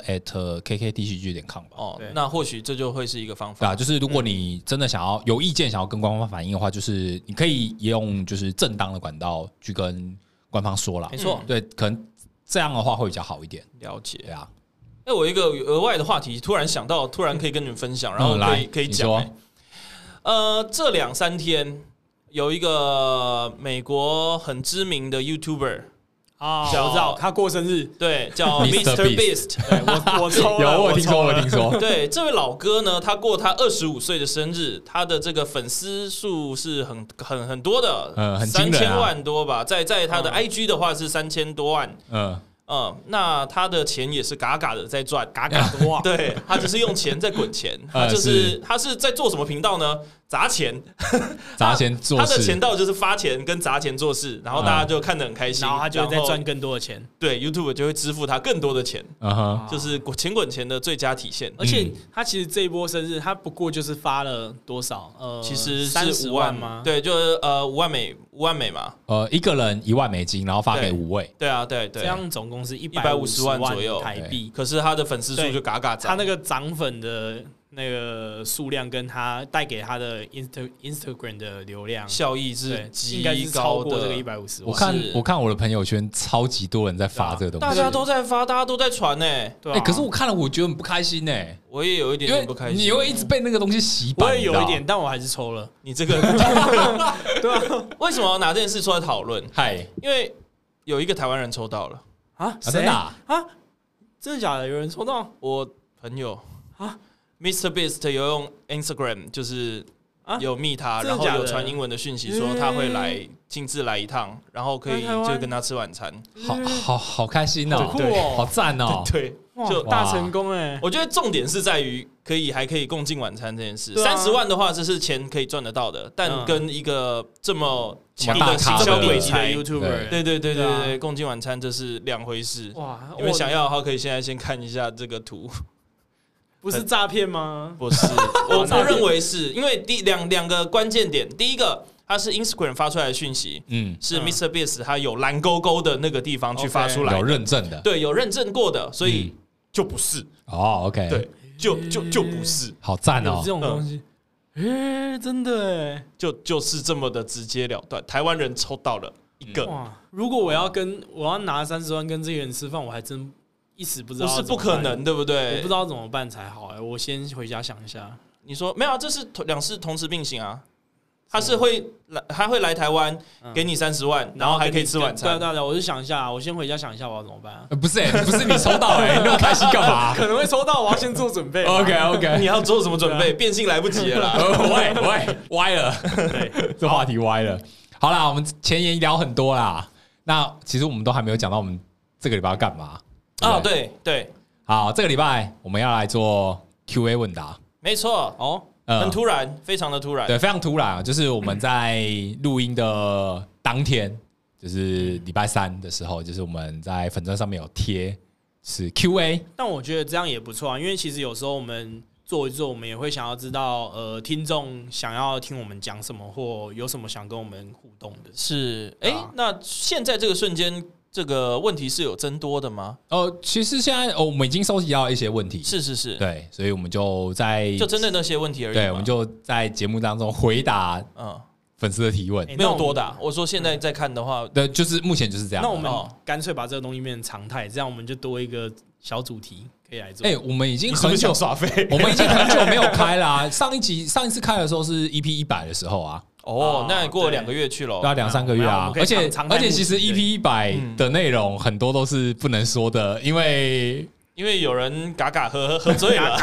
support@KKTCG.com 吧。 哦，那或许这就会是一个方法。 对啊，就是如果你真的想要有意见，想要跟官方反映的话，就是你可以用就是正当的管道去跟官方说啦。 没错， 对，可能这样的话会比较好一点。 了解， 对啊。 我一个额外的话题，突然想到，突然可以跟你们分享，然后可以讲。这2-3天有一个美国很知名的 YouTuber 我知道他过生日， 对，叫 Mr. Beast。 我抽了， 我听说。 对，这位老哥呢，他过他25岁的生日，他的这个粉丝数是很多的，3000万多吧，在他的 IG 的话是3000多万，那他的钱也是嘎嘎的在赚， 嘎嘎的哇！ 对，他只是用钱在滚钱，他是在做什么频道呢？砸钱做事，他的钱道就是发钱跟砸钱做事，然后大家就看得很开心， 然后他就在赚更多的钱， 对 YouTube 就会支付他更多的钱，就是钱滚钱的最佳体现。 而且他其实这一波生日，他不过就是发了多少？ 其实是 30万吗？ 对，就是5万美嘛， 一个人1万美金，然后发给5位， 对啊，对， 这样总共是 150万左右台币。 可是他的粉丝数就嘎嘎涨， 他那个涨粉的那个数量跟他带给他的 Instagram 的流量效益是极高的，应该是超过这个150 万。我看我的朋友圈超级多人在发这个东西， 大家都在发，大家都在传呢。 对， 可是我看了，我觉得很不开心呢。 我也有一点不开心， 你会一直被那个东西洗版。 我也有一点，但我还是抽了。 你这个对啊？为什么要拿这件事出来讨论？因为有一个台湾人抽到了啊？ 真的啊？ 真的假的？有人抽到？ 我朋友啊。Mr. Beast 有用 Instagram， 就是有密他，然后有传英文的讯息说他会亲自来一趟，然后可以就跟他吃晚餐。 好开心哦， 对， 好赞哦， 对， 就大成功哎！ 我觉得重点是在于还可以共进晚餐这件事。30万的话，这是钱可以赚得到的，但跟一个这么强的行销轨迹的 YouTuber， 对，共进晚餐这是2回事。哇！你们想要的话，可以现在先看一下这个图。 不是诈骗吗？ 不是，我不认为是，因为两个关键点，第一个，它是 Instagram 发出来的讯息，是 Mr. Beast 他有蓝勾勾的那个地方去发出来， 有认证的， 对，有认证过的，所以就不是。 OK， 对，就不是， 好赞哦， 这种东西，真的就是这么的直截了当，台湾人抽到了一个。哇， 如果我要拿30万跟这个人吃饭，我还真。一时不知道， 不是不可能，对不对？ 我不知道怎么办才好。我先回家想一下。 你说没有啊？这是2事同时并行啊。他会来台湾，给你30万，然后还可以吃晚餐。 对，我就想一下，我先回家想一下我要怎么办。 不是你抽到你那么开心干嘛？ 可能会抽到，我要先做准备。 OK， 你要做什么准备？变性来不及了啦。 歪了，对，这话题歪了。好啦，我们前言聊很多啦。那其实我们都还没有讲到我们这个礼拜要干嘛。 对， 好，这个礼拜我们要来做 Q&A 问答， 没错很突然，非常的突然， 对，非常突然啊！就是我们在录音的当天，就是礼拜3的时候，就是我们在粉专上面有贴是 Q&A， 但我觉得这样也不错啊，因为其实有时候我们做一做，我们也会想要知道听众想要听我们讲什么，或有什么想跟我们互动的。 是，那现在这个瞬间。这个问题是有增多的吗？ 其实现在我们已经收集到一些问题， 是，对， 所以我们就针对那些问题而已。 对，我们就在节目当中回答粉丝的提问， 没有多答。我说现在在看的话， 对，就是目前就是这样。 那我们干脆把这个东西变成常态，这样我们就多一个小主题可以来做。 我们已经很久耍废， 我们已经很久没有开啦。上一次开的时候是 EP 100的时候啊。 那你过了2个月去了， 对啊，2-3个月啊，而且其实 EP 100的内容很多都是不能说的，因为有人嘎嘎喝醉了，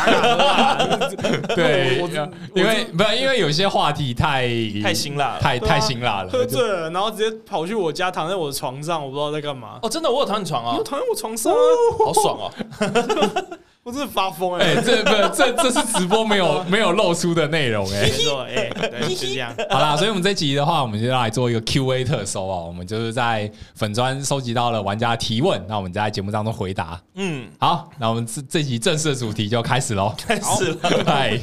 对，因为有些话题太辛辣了， 太辛辣了， 喝醉了，然后直接跑去我家躺在我的床上，我不知道在干嘛。 真的，我有躺你床啊， 你躺在我床上， 好爽哦。 我真的发疯这是直播没有露出的内容没错对，就这样。 好啦，所以我们这集的话，我们就来做一个 Q&A 特收哦。我们就是在粉专收集到了玩家的提问，那我们在节目当中回答。好，那我们这集正式的主题就开始喽。 开始了， 嗨。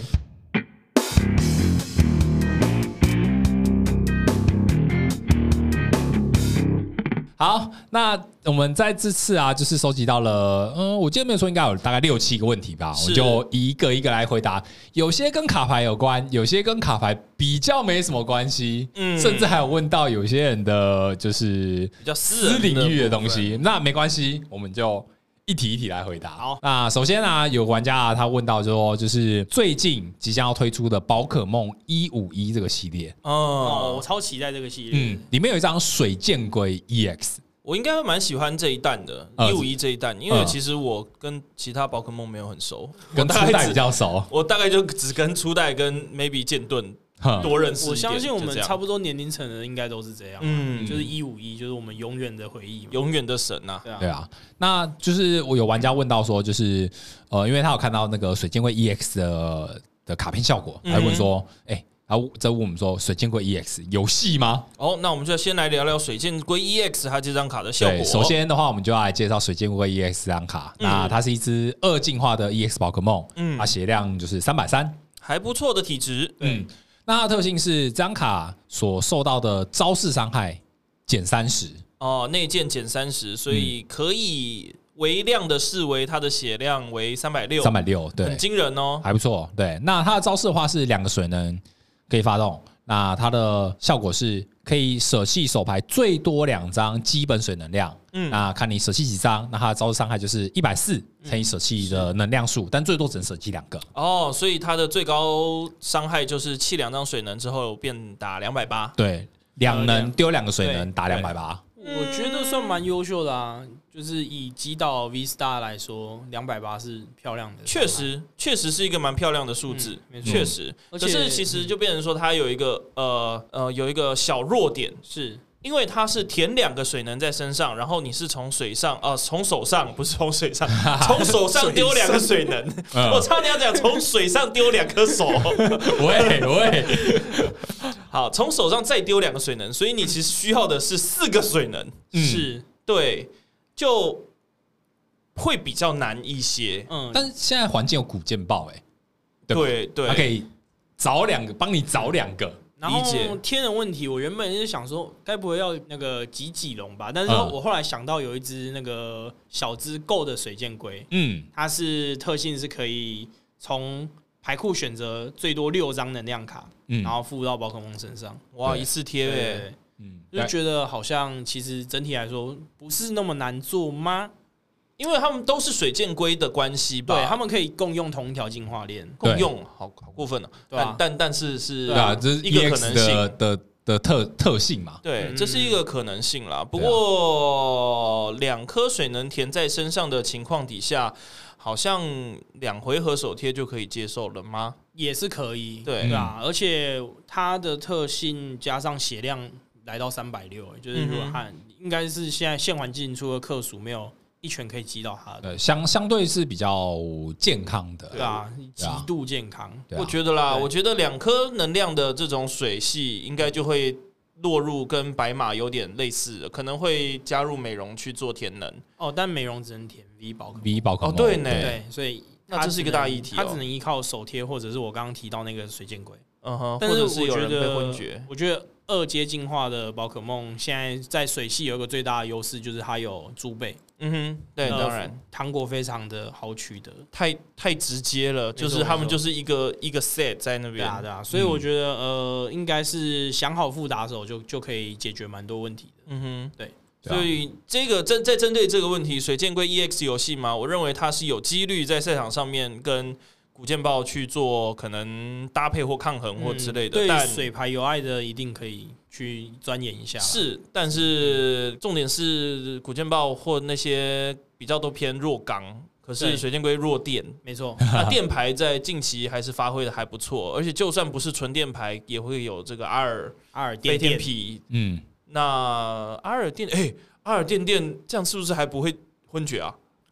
好，那我们在这次啊，就是收集到了，我记得没有说应该有大概6-7个问题吧，我们就一个一个来回答。有些跟卡牌有关，有些跟卡牌比较没什么关系，甚至还有问到有些人的就是比较私领域的东西。那没关系，我们就一题一题来回答。 好， 那首先啊，有玩家啊，他问到说，就是最近即将要推出的宝可梦151这个系列， 我超期待这个系列。 里面有一张水箭龟 EX， 我应该会蛮喜欢这一弹的151这一弹，因为其实我跟其他宝可梦没有很熟， 跟初代比较熟， 我大概就只跟初代跟 maybe 剑盾多认识一点。 我相信我们差不多年龄层的应该都是这样，就是151，就是我们永远的回忆， 永远的神呐。 对啊，那就是我有玩家问到说，就是因为他有看到那个水箭龟 EX 的卡片效果，还问说，然后再问我们说，水箭龟 EX 有戏吗？ 那我们就先来聊聊水箭龟 EX 它这张卡的效果。 首先的话，我们就要来介绍水箭龟 EX 这张卡。那它是一只2进化的 EX 宝可梦，它血量就是330， 还不错的体质。 那它的特性是这张卡所受到的招式伤害减30。 内建减30，所以可以微量的视为它的血量为360， 对， 很惊人哦， 还不错。对，那它的招式的话是2个水能可以发动，那它的效果是可以舍弃手牌最多2张基本水能量，那看你舍弃几张，那它的招式伤害就是140乘以舍弃的能量数，但最多只能舍弃2个。 所以它的最高伤害就是弃2张水能之后变打280， 对，2能丢2个水能打280。 我觉得算蛮优秀的啊，就是以击倒 V Star 来说，280是漂亮的， 确实是一个蛮漂亮的数字，确实。可是其实就变成说，它有一个有一个小弱点，是因为它是填2个水能在身上，然后你是从水上从手上不是从水上，从手上丢2个水能，我差点要讲从水上丢2颗手， 喂。 好，从手上再丢2个水能，所以你其实需要的是4个水能， 是对，就会比较难一些。 但是现在环境有古剑豹， 对， 它可以帮你找2个。 然后天人问题，我原本是想说，该不会要那个几龙吧？但是我后来想到有一只那个小只够的水箭龟，它是特性是可以从牌库选择最多6张能量卡，然后附到宝可梦身上， 哇，一次贴就觉得好像其实整体来说不是那么难做吗？ 因为他们都是水箭龟的关系吧， 对，他们可以共用同一条进化链， 共用好过分了，但是这是一个可能性的特性嘛， 对，这是一个可能性啦。不过2颗水能填在身上的情况底下，好像2回合手贴就可以接受了吗？ 也是可以， 对啊，而且它的特性加上血量来到360，就是如果应该是现在现环境除了克数没有一拳可以击到它的， 相对是比较健康的， 对啊，极度健康。 我觉得啦，我觉得2颗能量的这种水系应该就会落入跟白马有点类似的，可能会加入美容去做填能。 但美容只能填 V 宝可梦， 对呢， 对，所以那这是一个大议题， 它只能依靠手贴或者是我刚刚提到那个水箭龟， 但是我觉得我觉得2阶进化的宝可梦现在在水系有一个最大的优势，就是它有猪背。 对，当然糖果非常的好取得， 太直接了，就是他们就是一个 set 在那边， 对啊，所以我觉得应该是想好副打手就可以解决蛮多问题的。对。 所以这个在针对这个问题，水箭龟 EX 有戏吗？我认为它是有几率在赛场上面跟古剑豹去做可能搭配或抗衡或之类的。 对水牌有爱的一定可以去钻研一下。 是，但是重点是古剑豹或那些比较都偏弱钢，可是水箭龟弱电， 没错。 那电牌在近期还是发挥的还不错，而且就算不是纯电牌，也会有这个阿尔飞天皮。那阿尔电电这样是不是还不会昏厥啊？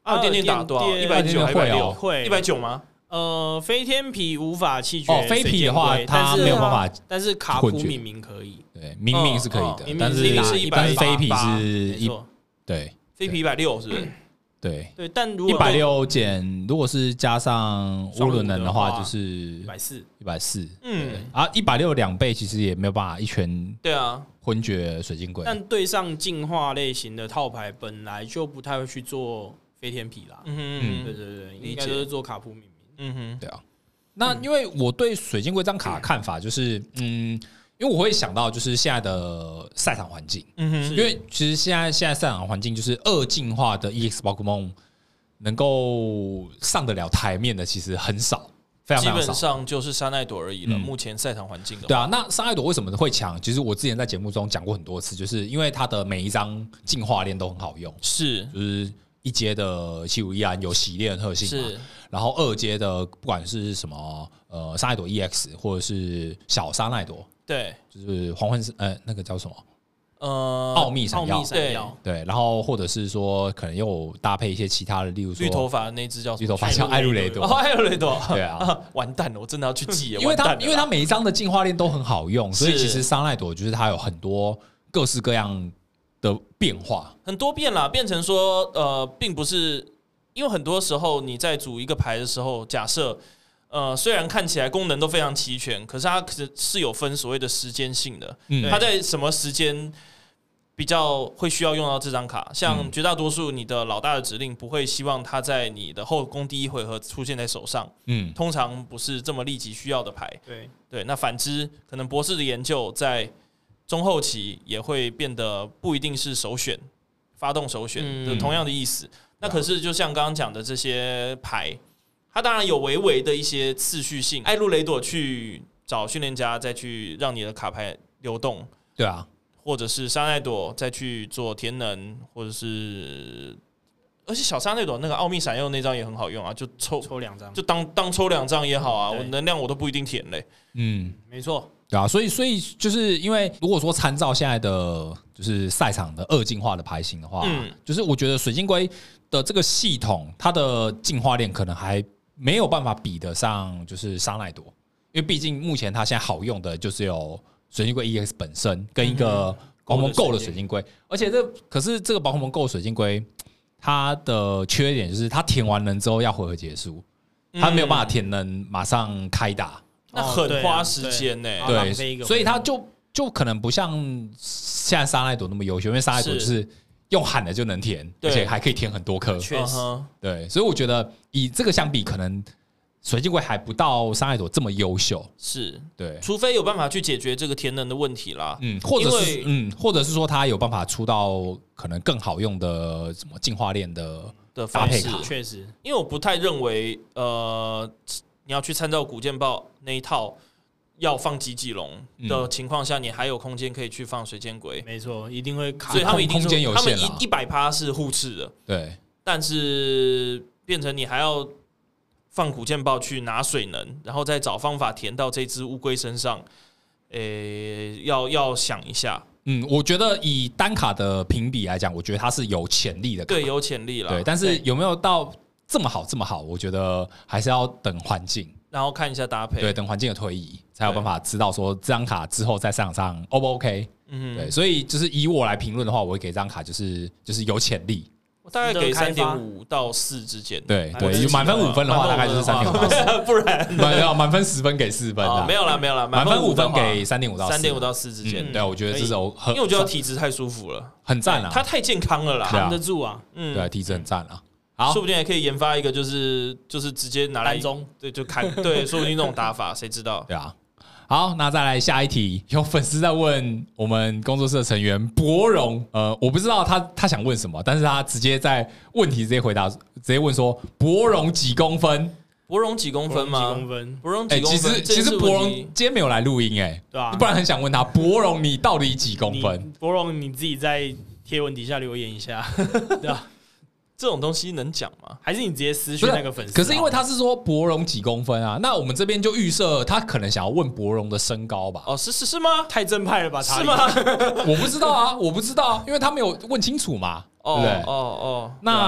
点点打多少？190还160？ 会 190吗？ 飞天皮无法弃绝飞皮的话，它没有办法， 但是卡普明明可以， 对，明明是可以的，但是飞皮是对， 飞皮160是不是？ 对， 但如果 160减，如果是加上涡轮能的话，就是140，啊，160的2倍其实也没有辦法一拳昏厥水晶龟。 但对上进化类型的套牌，本来就不太会去做飞天皮啦。对，应该都是做卡普明明。 对啊。那因为我对水晶龟这张卡的看法就是，因为我会想到就是现在的赛场环境，因为其实现在赛场环境就是2进化的 EX 宝可梦能够上得了台面的其实很少，非常非常少， 基本上就是沙奈朵而已了。目前赛场环境的话， 对啊，那沙奈朵为什么会强？其实我之前在节目中讲过很多次，就是因为它的每一张进化链都很好用，就是1阶的751安有洗练特性嘛，然后2阶的不管是什么沙奈朵 EX 或者是小沙奈朵。 对， 就是黄昏那个叫什么？奥秘闪耀，对，然后或者是说可能又搭配一些其他的，例如说绿头发那只叫绿头发叫艾露雷朵， 艾露雷朵， 对啊， 完蛋了，我真的要去记， 因为它每一张的进化链都很好用，所以其实沙奈朵就是它有很多各式各样的变化， 很多变啦，变成说并不是因为很多时候你在组一个牌的时候，假设。虽然看起来功能都非常齐全，可是它是有分所谓的时间性的。它在什么时间比较会需要用到这张卡？像绝大多数你的老大的指令不会希望它在你的后宫第一回合出现在手上，通常不是这么立即需要的牌。对，那反之，可能博士的研究在中后期也会变得不一定是首选，发动首选的同样的意思。那可是就像刚刚讲的这些牌。它当然有微微的一些次序性，艾露雷朵去找训练家，再去让你的卡牌流动， 对啊， 或者是沙奈朵再去做天能，或者是，而且小沙奈朵那个奥秘闪耀那张也很好用啊，就抽 2张， 就当抽2张也好啊，我能量我都不一定填嘞， 没错， 对啊，所以就是因为如果说参照现在的就是赛场的2进化的牌型的话，就是我觉得水晶龟的这个系统，它的进化链可能还没有办法比得上就是沙奈朵，因为毕竟目前它现在好用的就是有水晶龟 EX 本身跟一个宝可梦 GO 的水晶龟，而且可是这个宝可梦 GO 水晶龟它的缺点就是它填完能之后要回合结束，它没有办法填能马上开打， 那很花时间呢。 对，所以它就可能不像现在沙奈朵那么优秀，因为沙奈朵就是用喊的就能填，而且还可以填很多颗。 确实， 对，所以我觉得以这个相比，可能水晶龟还不到沙奈朵这么优秀。 是， 对， 除非有办法去解决这个填能的问题啦。 或者是说它有办法出到可能更好用的什么进化链的搭配卡。 确实， 因为我不太认为你要去参照古剑豹那一套。要放吉吉龙的情况下，你还有空间可以去放水箭龟， 没错，一定会卡， 所以他们一定空间有限， 他们100%是互斥的， 对。但是变成你还要放古剑豹去拿水能，然后再找方法填到这只乌龟身上，要想一下。 我觉得以单卡的评比来讲，我觉得它是有潜力的， 对，有潜力了。 对，但是有没有到这么好？我觉得还是要等环境。 然后看一下搭配， 对，等环境的推移，才有办法知道说这张卡之后在赛场上 O 不 OK？对，所以就是以我来评论的话，我会给这张卡就是有潜力， 我大概给3.5到4之间。 对，满分5分的话，大概就是3.5到4， 不然满分10分给4分的， 没有啦， 满分5分给3.5到 4之间。 对，我觉得这是因为我觉得体质太舒服了， 很赞啊， 它太健康了啦， 扛得住啊， 对，体质很赞啊。好， 说不定还可以研发一个，就是直接拿来对，就看对，说不定那种打法，谁知道？ 对啊。好，那再来下一题，有粉丝在问我们工作室的成员博荣，我不知道他想问什么，但是他直接在问题直接回答，直接问说博荣几公分？ 博荣几公分吗？博荣几公分？ 其实博荣今天没有来录音，对吧？不然很想问他，博荣你到底几公分？ 博荣你自己在贴文底下留言一下，对吧？ 这种东西能讲吗？ 还是你直接私讯那个粉丝？ 可是因为他是说博荣几公分啊，那我们这边就预设他可能想要问博荣的身高吧？ 哦，是吗？ 太正派了吧？ 是吗？ 我不知道啊，因为他没有问清楚嘛，对不对？ 哦，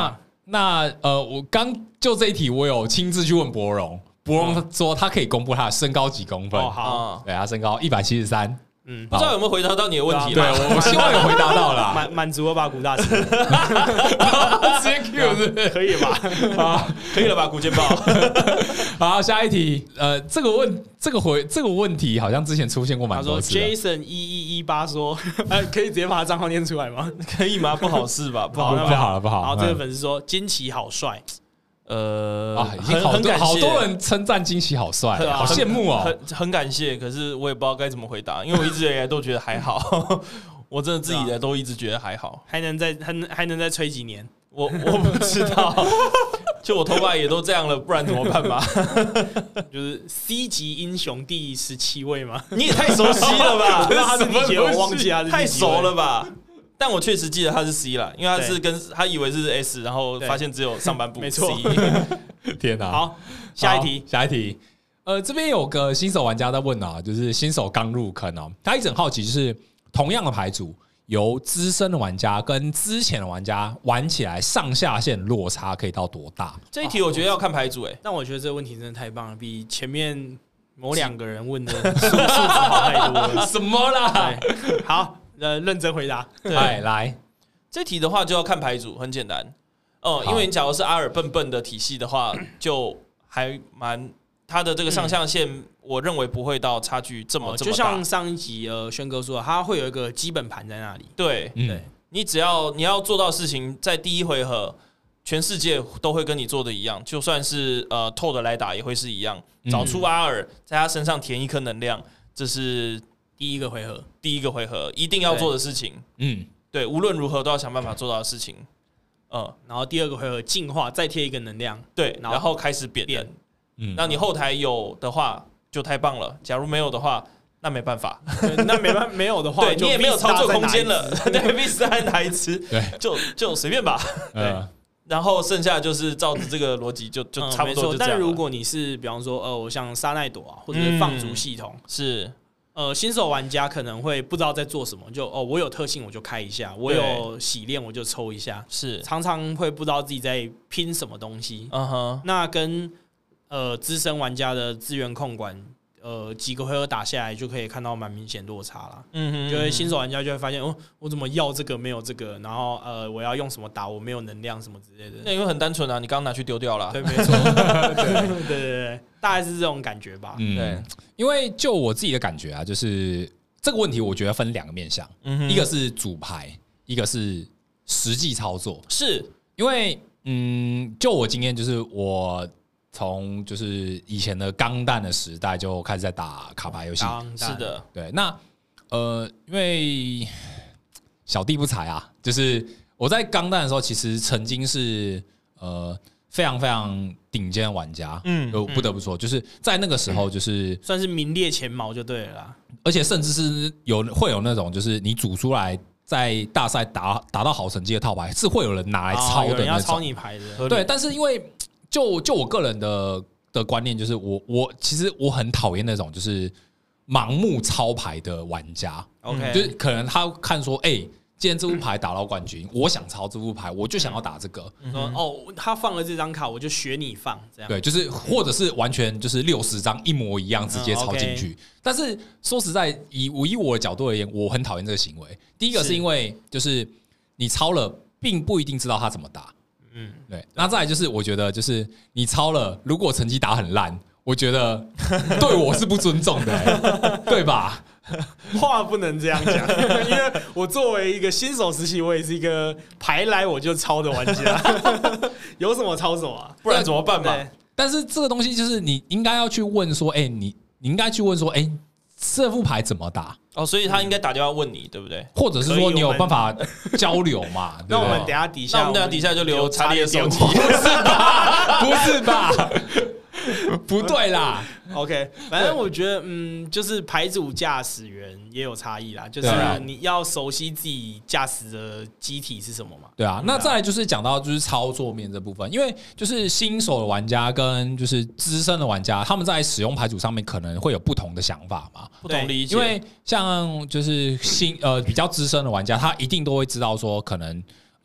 那我刚就这一题，我有亲自去问博荣，博荣说他可以公布他的身高几公分。 好， 对，他身高173。 不知道有没有回答到你的问题？ 对，我希望有回答到啦， 满足了吧，古大师？直接 Q 是可以吧？ 好，可以了吧，古剑豹。 好，下一题。这个问题好像之前出现过蛮多次。 他说 Jason1118 说，可以直接把他账号念出来吗？ 可以吗？不好是吧？ 不好了。 好，这个粉丝说金奇好帅。 已经好多人称赞金奇好帅，好羡慕哦， 很感谢。可是我也不知道该怎么回答，因为我一直以来都觉得还好，我真的自己都一直觉得还好。 还能再吹几年？ 我不知道，就我头发也都这样了，不然怎么办嘛？ 就是 C 级英雄第17位吗？ 你也太熟悉了吧？ 他是第几位？我忘记他是太熟了吧？但我确实记得他是 C 啦，因为他是他以为是 S， 然后发现只有上半部 C。 没错。 天哪！ 好，下一题。这边有个新手玩家在问啊，就是新手刚入坑哦，他一直很好奇，就是同样的牌组，由资深的玩家跟之前的玩家玩起来，上下限落差可以到多大？ 这一题我觉得要看牌组但我觉得这个问题真的太棒了，比前面某2个人问的素质好太多了。 什么啦？ 好。认真回答。 来， 这题的话就要看牌组，很简单因为你假如是阿尔笨笨的体系的话，就还蛮他的这个上下限，我认为不会到差距这么大。 就像上一集轩哥说，他会有一个基本盘在那里。 对，你只要你要做到事情，在第一回合，全世界都会跟你做的一样，就算是透的来打也会是一样，找出阿尔，在他身上填一颗能量，这是。第一个回合一定要做的事情，对，无论如何都要想办法做到的事情， 然后第2个回合进化，再贴一个能量， 对，然后开始扁人，那你后台有的话就太棒了，假如没有的话，那没办法， 那没有的话， 对你也没有操作空间了，对 ，V3 拿一次，对，就随便吧，对。然后剩下就是照着这个逻辑就差不多就这样。 但如果你是比方说我像沙奈朵啊，或者是放逐系统是。 新手玩家可能会不知道在做什么，就我有特性我就开一下，我有洗练我就抽一下， 是常常会不知道自己在拼什么东西。那跟资深玩家的资源控管，几个回合打下来就可以看到蛮明显落差了。就会新手玩家就会发现，我怎么要这个没有这个，然后我要用什么打我没有能量什么之类的。 那因为很单纯啊，你刚拿去丢掉了。 对，没错。对，大概是这种感觉吧。 对，因为就我自己的感觉啊，就是这个问题，我觉得分2个面向，一个是主牌，一个是实际操作。 是因为就我经验，就是我。从就是以前的钢弹的时代就开始在打卡牌游戏， 是的， 对。那因为小弟不才啊，就是我在钢弹的时候，其实曾经是非常非常顶尖的玩家，不得不说，就是在那个时候，就是算是名列前茅就对了啦。 而且甚至是会有那种，就是你组出来在大赛打到好成绩的套牌，是会有人拿来抄的那种，有人要抄你牌的。 对，但是因为就我个人的观念，就是其实我很讨厌那种就是盲目抄牌的玩家。 OK， 就是可能他看说，今天这副牌打到冠军，我想抄这副牌，我就想要打这个。 他放了这张卡，我就学你放，这样。 对，就是或者是完全就是60张一模一样，直接抄进去。但是说实在，以我的角度而言，我很讨厌这个行为。第一个是因为就是你抄了，并不一定知道他怎么打。对。那再来就是，我觉得就是你抄了，如果成绩打很烂，我觉得对我是不尊重的，对吧？ 话不能这样讲，因为我作为一个新手时期，我也是一个牌来我就抄的玩家，有什么抄什么啊， 不然怎么办嘛？ 但是这个东西就是你应该要去问说，你应该去问说，这副牌怎么打？ 所以他应该打电话问你，对不对？ 或者是说你有办法交流嘛？ 那我们等下底下就留查理的手机， 不是吧？不对啦。 OK， 反正我觉得，就是牌组驾驶员也有差异啦，就是你要熟悉自己驾驶的机体是什么嘛。 对啊，那再来就是讲到就是操作面这部分，因为就是新手的玩家跟就是资深的玩家，他们在使用牌组上面可能会有不同的想法嘛， 不同理解。 因为像就是比较资深的玩家，他一定都会知道说可能。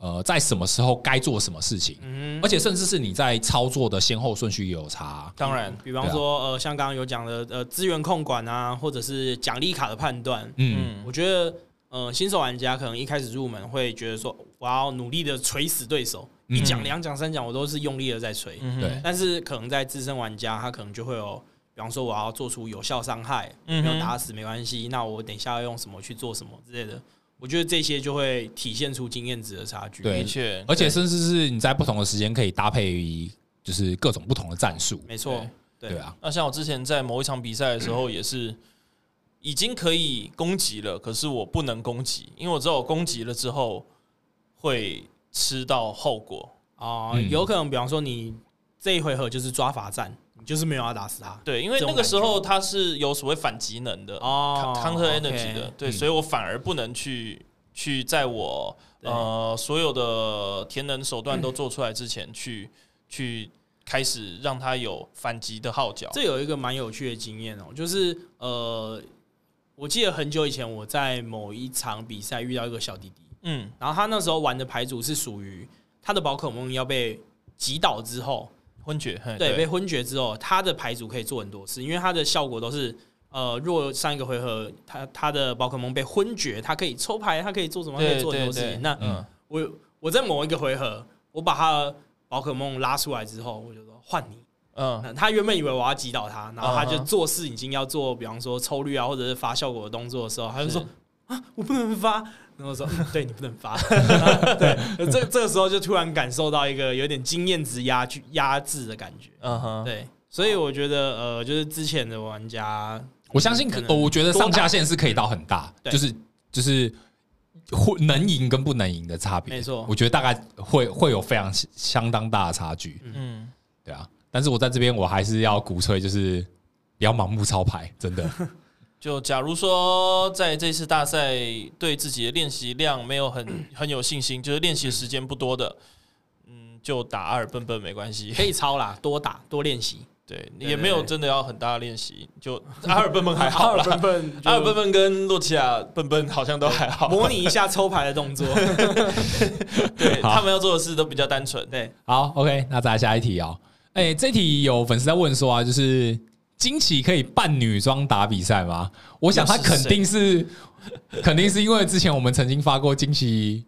在什么时候该做什么事情，而且甚至是你在操作的先后顺序也有差。 当然， 比方说像刚刚有讲的资源控管啊，或者是奖励卡的判断，我觉得新手玩家可能一开始入门会觉得说我要努力的锤死对手，一奖2奖3奖我都是用力的在锤，但是可能在资深玩家他可能就会有，比方说我要做出有效伤害，没有打死没关系，那我等一下要用什么去做什么之类的。我觉得这些就会体现出经验值的差距。 对， 的确， 而且甚至是你在不同的时间可以搭配，就是各种不同的战术。 没错， 对啊。 那像我之前在某一场比赛的时候，也是已经可以攻击了，可是我不能攻击，因为我知道我攻击了之后会吃到后果。 有可能，比方说你这一回合就是抓罚战。就是没有要打死他， 对，因为那个时候他是有所谓反击能的，counter energy 的，对，所以我反而不能去在我所有的填能手段都做出来之前，去开始让他有反击的号角。 这有一个蛮有趣的经验就是我记得很久以前我在某一场比赛遇到一个小弟弟，然后他那时候玩的牌组是属于他的宝可梦要被击倒之后。 昏厥， 对，被昏厥之后，他的牌组可以做很多事，因为他的效果都是若上一个回合他的宝可梦被昏厥，他可以抽牌，他可以做什么，可以做很多事情。那我在某一个回合，我把他的宝可梦拉出来之后，我就说换你。他原本以为我要击倒他，然后他就做事已经要做，比方说抽绿啊，或者是发效果的动作的时候，他就说我不能发。然后说对你不能发，对，这个时候就突然感受到一个有点经验值压制的感觉，对，所以我觉得就是之前的玩家， 我相信我觉得上下限是可以到很大，就是能赢跟不能赢的差别， 没错， 我觉得大概会有相当大的差距，对啊，但是我在这边我还是要鼓吹，就是不要盲目抄牌，真的。 就假如说在这次大赛对自己的练习量没有很有信心，就是练习时间不多的，就打阿尔笨笨没关系， 可以抄啦，多打多练习。 对，也没有真的要很大的练习，就阿尔笨笨还好啦， 阿尔笨笨跟洛奇亚笨笨好像都还好， 模拟一下抽牌的动作。 对，他们要做的事都比较单纯。 对， 好 ，OK， 那再来下一题哦。这题有粉丝在问说啊，就是惊奇可以扮女装打比赛吗？我想他肯定是因为之前我们曾经发过惊奇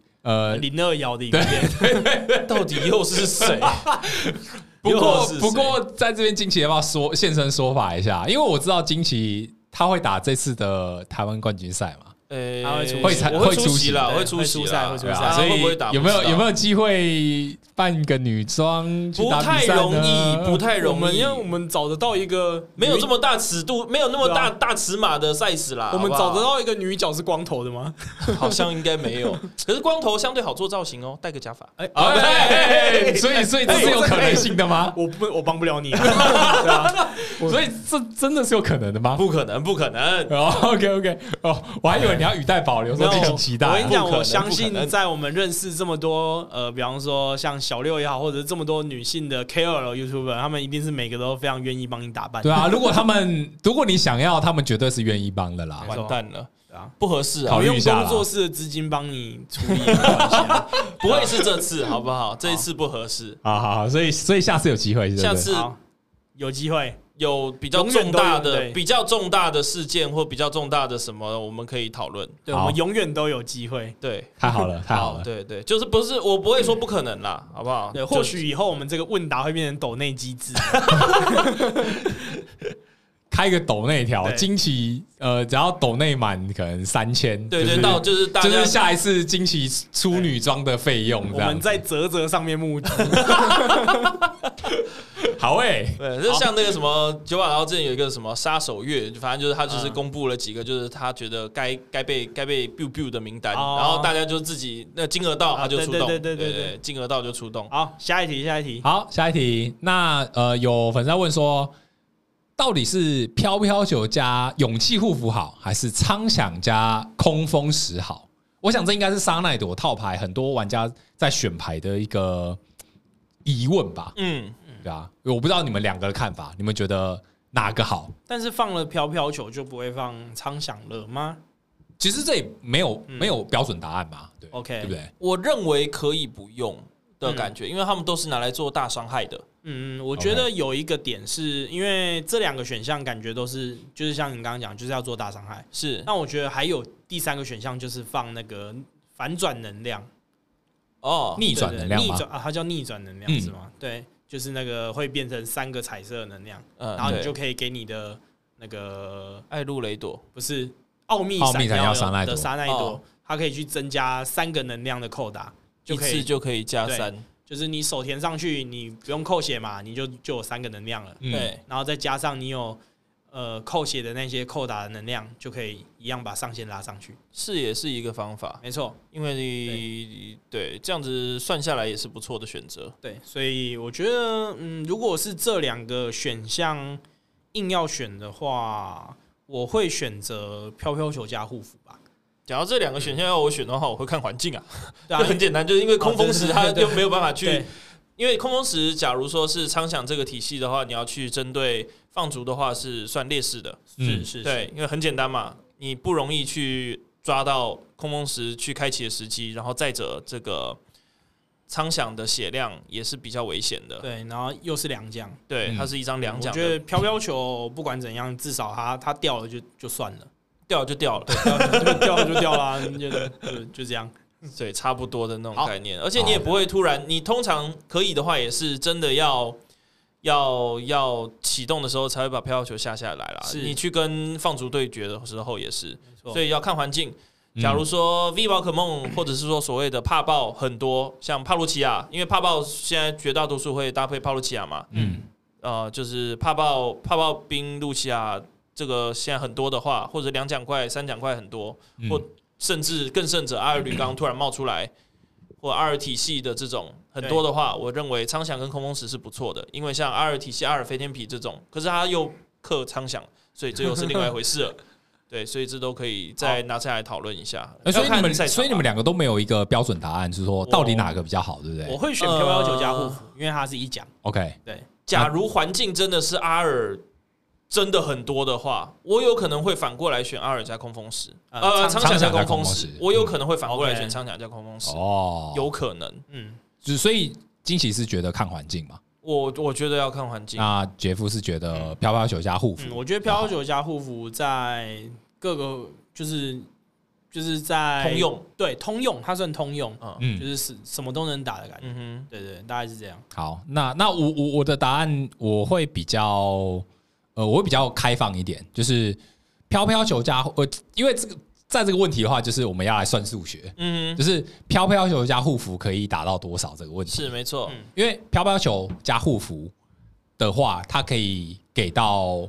02爻的影片， 对，到底又是谁？ 不过在这边惊奇要不要现身说法一下？因为我知道惊奇他会打这次的台湾冠军赛嘛。 会出席啦，会出赛， 所以有没有机会扮个女装去打比赛呢？ 不太容易， 我们找得到一个没有这么大尺度、没有那么大尺码的赛事啦。 我们找得到一个女角是光头的吗？ 好像应该没有。可是光头相对好做造型哦，戴个假发。 所以这是有可能性的吗？ 我帮不了你。 对啊，所以这真的是有可能的吗？ 不可能。 OK， 我还以为你要语带保留，说敬请期待。 我跟你讲，我相信在我们认识这么多比方说像小六也好，或者这么多女性的 KOL YouTuber， 他们一定是每个都非常愿意帮你打扮。 对啊，如果你想要，他们绝对是愿意帮的啦。 完蛋了，不合适啊！ 考虑一下啦， 用工作室的资金帮你处理没关系啊， 不会是这次好不好？这一次不合适。 好，所以下次有机会， 下次有机会。 有比较重大的事件或比较重大的什么，我们可以讨论。 对，我们永远都有机会。 对， 太好了。 对，就是我不会说不可能啦，好不好？ 对，或许以后我们这个问答会变成抖内机制。 开个抖内条，惊奇只要抖内满可能3000， 对，到就是大家就是下一次惊奇出女装的费用， 我们在嘖上面募资。 好对，就像那个什么九把刀之前有一个什么杀手月，反正就是他就是公布了几个就是他觉得该被 biu biu 的名单，然后大家就自己那金额到他就出动，对，金额到就出动。 好，下一题。 好，下一题。那有粉丝在问说，到底是飘飘球加勇气护符好，还是苍响加空风石好？我想这应该是沙奈朵套牌很多玩家在选牌的一个疑问吧。对啊，我不知道你们两个的看法，你们觉得哪个好？ 但是放了飘飘球就不会放苍响了吗？ 其实这也没有标准答案嘛，对 ，OK， 对不对？ 我认为可以不用的感觉，因为他们都是拿来做大伤害的。 我觉得有一个点是因为这2个选项感觉都是，就是像你刚刚讲，就是要做大伤害。 是， 那我觉得还有第3个选项就是放那个反转能量。 逆转能量吗？ 它叫逆转能量是吗？对，就是那个会变成3个彩色的能量，然后你就可以给你的那个艾露雷朵， 不是奥秘闪耀的沙奈朵，它可以去增加3个能量的扣打， 一次就可以加3。 就是你手填上去，你不用扣血嘛，你就有3个能量了。 对， 然后再加上你有扣血的那些扣打的能量，就可以一样把上限拉上去。 也是一个方法， 没错。 因为对这样子算下来也是不错的选择。 对，所以我觉得，如果是这2个选项硬要选的话，我会选择飘飘球加护符吧。 假如这2个选项要我选的话，我会看环境啊，就很简单，就是因为空风石它就没有办法去，因为空风石假如说是苍响这个体系的话，你要去针对放逐的话是算劣势的， 是， 对，因为很简单嘛，你不容易去抓到空风石去开启的时机，然后再者这个苍响的血量也是比较危险的， 对，然后又是2奖， 对，它是一张2奖。 我觉得飘飘球不管怎样，至少它掉了就算了。 掉了就掉了， 掉了就掉了，就这样， 对，差不多的那种概念。而且你也不会突然，你通常可以的话，也是真的要启动的时候才会把飘飘球下来啦。你去跟放逐对决的时候也是，所以要看环境。假如说 V 宝可梦或者是说所谓的帕爆很多，像帕鲁奇亚，因为帕爆现在绝大多数会搭配帕鲁奇亚嘛，就是帕爆冰露奇亚。这个现在很多的话，或者2奖块、3奖块很多，或甚至更甚者，阿尔吕刚突然冒出来，或阿尔体系的这种很多的话，我认为苍响跟空风石是不错的，因为像阿尔体系、阿尔飞天皮这种，可是他又克苍响，所以这又是另外一回事了。对，所以这都可以再拿下来讨论一下。 所以你们2个都没有一个标准答案，就是说到底哪个比较好，对不对？ 我会选飘飘球加护符，因为它是1奖。 OK， 对。 假如环境真的是阿尔。真的很多的话，我有可能会反过来选阿尔加空风石，苍响加空风石，我有可能会反过来选苍响加空风石，有可能， 所以惊喜是觉得看环境嘛， 我觉得要看环境。 那杰夫是觉得飘飘球加护符， 我觉得飘飘球加护符在各个就是在通用， 对，通用，它算通用，就是什么都能打的感觉，对，大概是这样。 好，那我的答案我会比较。我会比较开放一点，就是飘飘球加因为在这个问题的话，就是我们要来算数学，就是飘飘球加护符可以打到多少这个问题是没错， 因为飘飘球加护符的话，它可以给到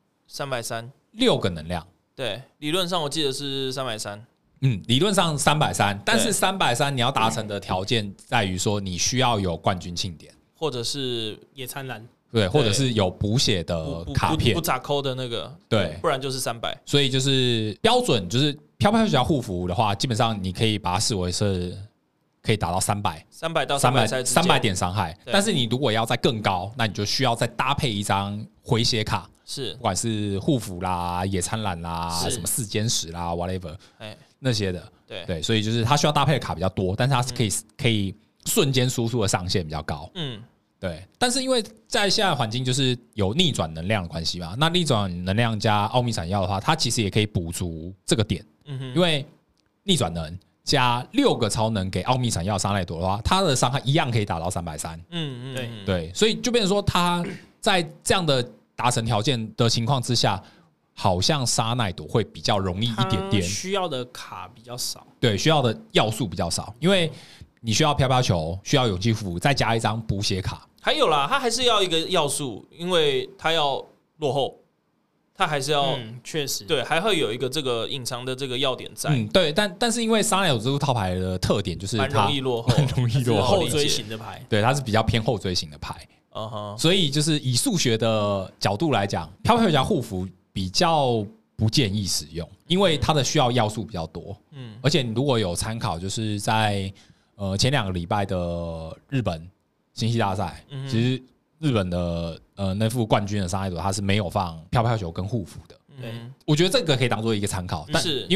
330 6个能量， 对，理论上我记得是330， 理论上330，但是330你要达成的条件在于说你需要有冠军庆典， 或者是野餐篮。 对，或者是有补血的卡片， 不咋抠的那个， 对， 不然就是300。 所以就是标准，就是飘飘球加护符的话，基本上你可以把它视为是可以达到300 到300 点伤害。但是你如果要再更高，那你就需要再搭配一张回血卡， 是不管是护符啦、野餐篮啦、什么4尖石啦 ，whatever， 那些的，对，所以就是它需要搭配的卡比较多，但是它是可以瞬间输出的上限比较高，对，但是因为在现在环境就是有逆转能量的关系嘛，那逆转能量加奥秘闪耀的话，它其实也可以补足这个点，因为逆转能加6个超能给奥秘闪耀沙奈朵的话，它的伤害一样可以打到330，对，所以就变成说它在这样的达成条件的情况之下，好像沙奈朵会比较容易一点点， 需要的卡比较少， 对，需要的要素比较少，因为你需要飘飘球，需要勇气符，再加一张补血卡。 还有啦，它还是要一个要素，因为它要落后，它还是要确实对，还会有一个这个隐藏的这个要点在。 对，但是因为沙奈朵这副套牌的特点就是它容易落后， 很容易落后， 后追型的牌， 对，它是比较偏后追型的牌。所以就是以数学的角度来讲，飘飘球加护符比较不建议使用，因为它的需要要素比较多。而且你如果有参考，就是在前2个礼拜的日本星系大赛，其实日本的那副冠军的沙奈朵，它是没有放飘飘球跟护符的。我觉得这个可以当做一个参考，但是因为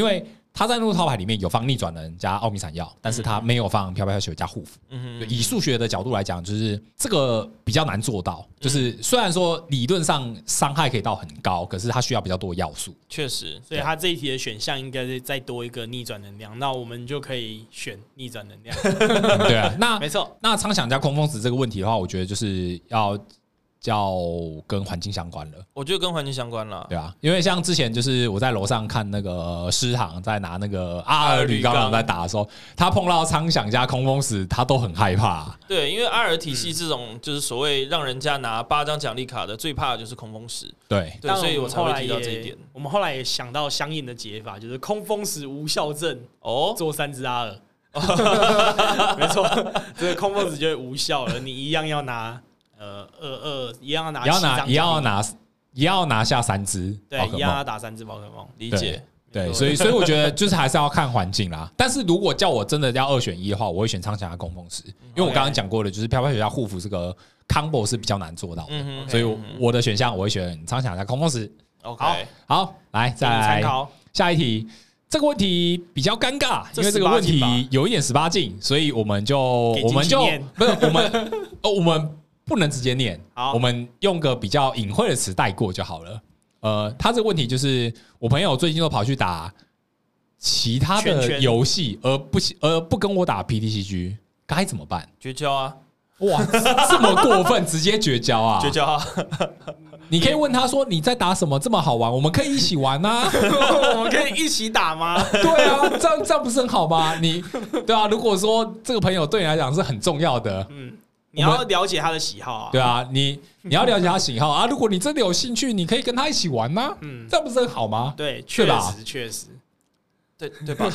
他在怒涛牌里面有放逆转人加奥秘闪耀，但是他没有放飘飘球加护符。以数学的角度来讲，就是这个比较难做到。就是虽然说理论上伤害可以到很高，可是它需要比较多的要素。 确实， 所以他这一题的选项应该是再多一个逆转能量，那我们就可以选逆转能量。 对啊，那没错。 那苍响加空风石这个问题的话，我觉得就是要跟环境相关了。 我觉得跟环境相关了， 对啊，因为像之前就是我在楼上看那个师行在拿那个阿尔铝钢在打的时候，他碰到苍响加空风石，他都很害怕。 对，因为阿尔体系这种就是所谓让人家拿8张奖励卡的，最怕的就是空风石。 对， 所以我才会提到这一点。 我们后来也想到相应的解法，就是空风石无效阵做3只阿尔。没错，这个空风石就会无效了，你一样要拿。一样要拿下3只， 对， 一样要打3只宝可梦， 理解。 对，所以我觉得就是还是要看环境啦。但是如果叫我真的要2选1的话，我会选苍响加空风石，因为我刚刚讲过的，就是飘飘雪加护符这个 combo 是比较难做到的，所以我的选项我会选苍响加空风石。好，来再来下一题。这个问题比较尴尬，因为这个问题有一点18禁，所以我们就不是我们。不能直接念，我们用个比较隐晦的词带过就好了。他这个问题就是我朋友最近都跑去打其他的游戏，而不跟我打 PTCG， 该怎么办？ 绝交啊！ 哇，这么过分，直接绝交啊！ 绝交啊！ 你可以问他说你在打什么这么好玩，我们可以一起玩啊！ 我们可以一起打吗？ 对啊，这样不是很好吗？对啊，如果说这个朋友对你来讲是很重要的， 你要了解他的喜好啊。 对啊，你要了解他喜好啊。如果你真的有兴趣，你可以跟他一起玩呐。这样不是很好吗？ 对，确实， 对吧？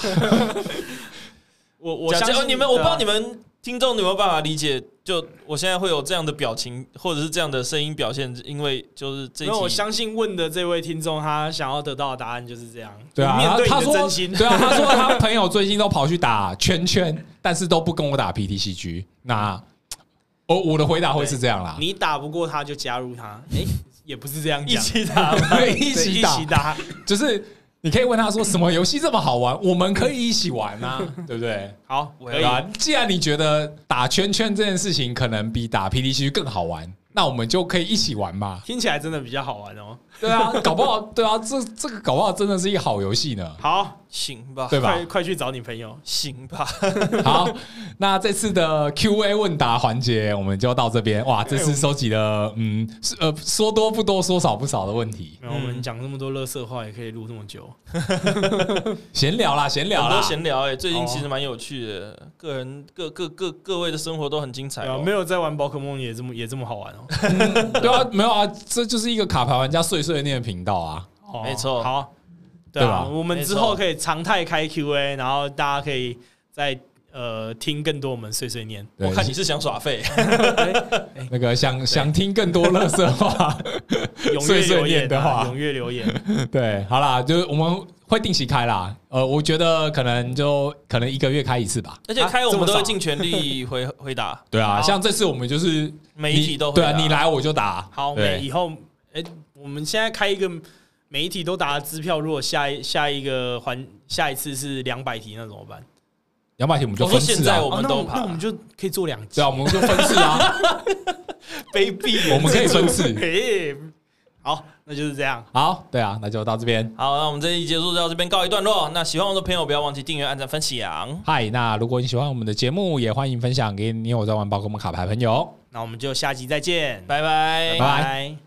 我相信你们，我不知道你们听众有没有办法理解。就我现在会有这样的表情，或者是这样的声音表现，因为就是这一题。 我相信问的这位听众，他想要得到的答案就是这样。 对啊， 面对你的真心。 对啊，他说他朋友最近都跑去打圈圈，但是都不跟我打 PTCG。那我的回答会是这样啦。 你打不过他就加入他，也不是这样讲， 一起打， 一起打， 就是你可以问他说什么游戏这么好玩，我们可以一起玩啊，对不对？ 好， 可以啊。既然你觉得打圈圈这件事情可能比打 PTCG 更好玩，那我们就可以一起玩嘛。 听起来真的比较好玩哦。 对啊，搞不好，对啊，这个搞不好真的是一个好游戏呢。 好， 行吧， 对吧？ 快去找你朋友， 行吧。 好，那这次的 Q&A 问答环节我们就到这边。哇，这次收集了说多不多，说少不少的问题。 我们讲这么多垃圾话，也可以录这么久。 闲聊啦，很多闲聊最近其实蛮有趣的，个人各位的生活都很精彩。 没有在玩宝可梦也这么好玩哦。 对啊，没有啊，这就是一个卡牌玩家碎碎念的频道啊。 没错， 好，对吧？我们之后可以常态开 Q&A， 然后大家可以再听更多我们碎碎念。 我看你是想耍废， 那个想听更多垃圾话、碎碎念的话， 踊跃留言。 对，好啦，就是我们会定期开啦。我觉得可能1个月开1次吧。 而且开我们都会尽全力回答。 对啊，像这次我们就是每一题都对啊，你来我就打。 好，以后我们现在开一个每一题都打的支票，如果下一次是200题，那怎么办 ？200题我们就分次啊。 现在我们都那我们就可以做2集。 对啊，我们就分次啊。 卑鄙， 我们可以分次。 好，那就是这样。 好，对啊，那就到这边。 好，那我们这一集结束到这边告一段落。那喜欢我的朋友不要忘记订阅、按赞、分享。 嗨，那如果你喜欢我们的节目，也欢迎分享给你有在玩宝可梦卡牌朋友。 那我们就下集再见， 拜拜， 拜拜。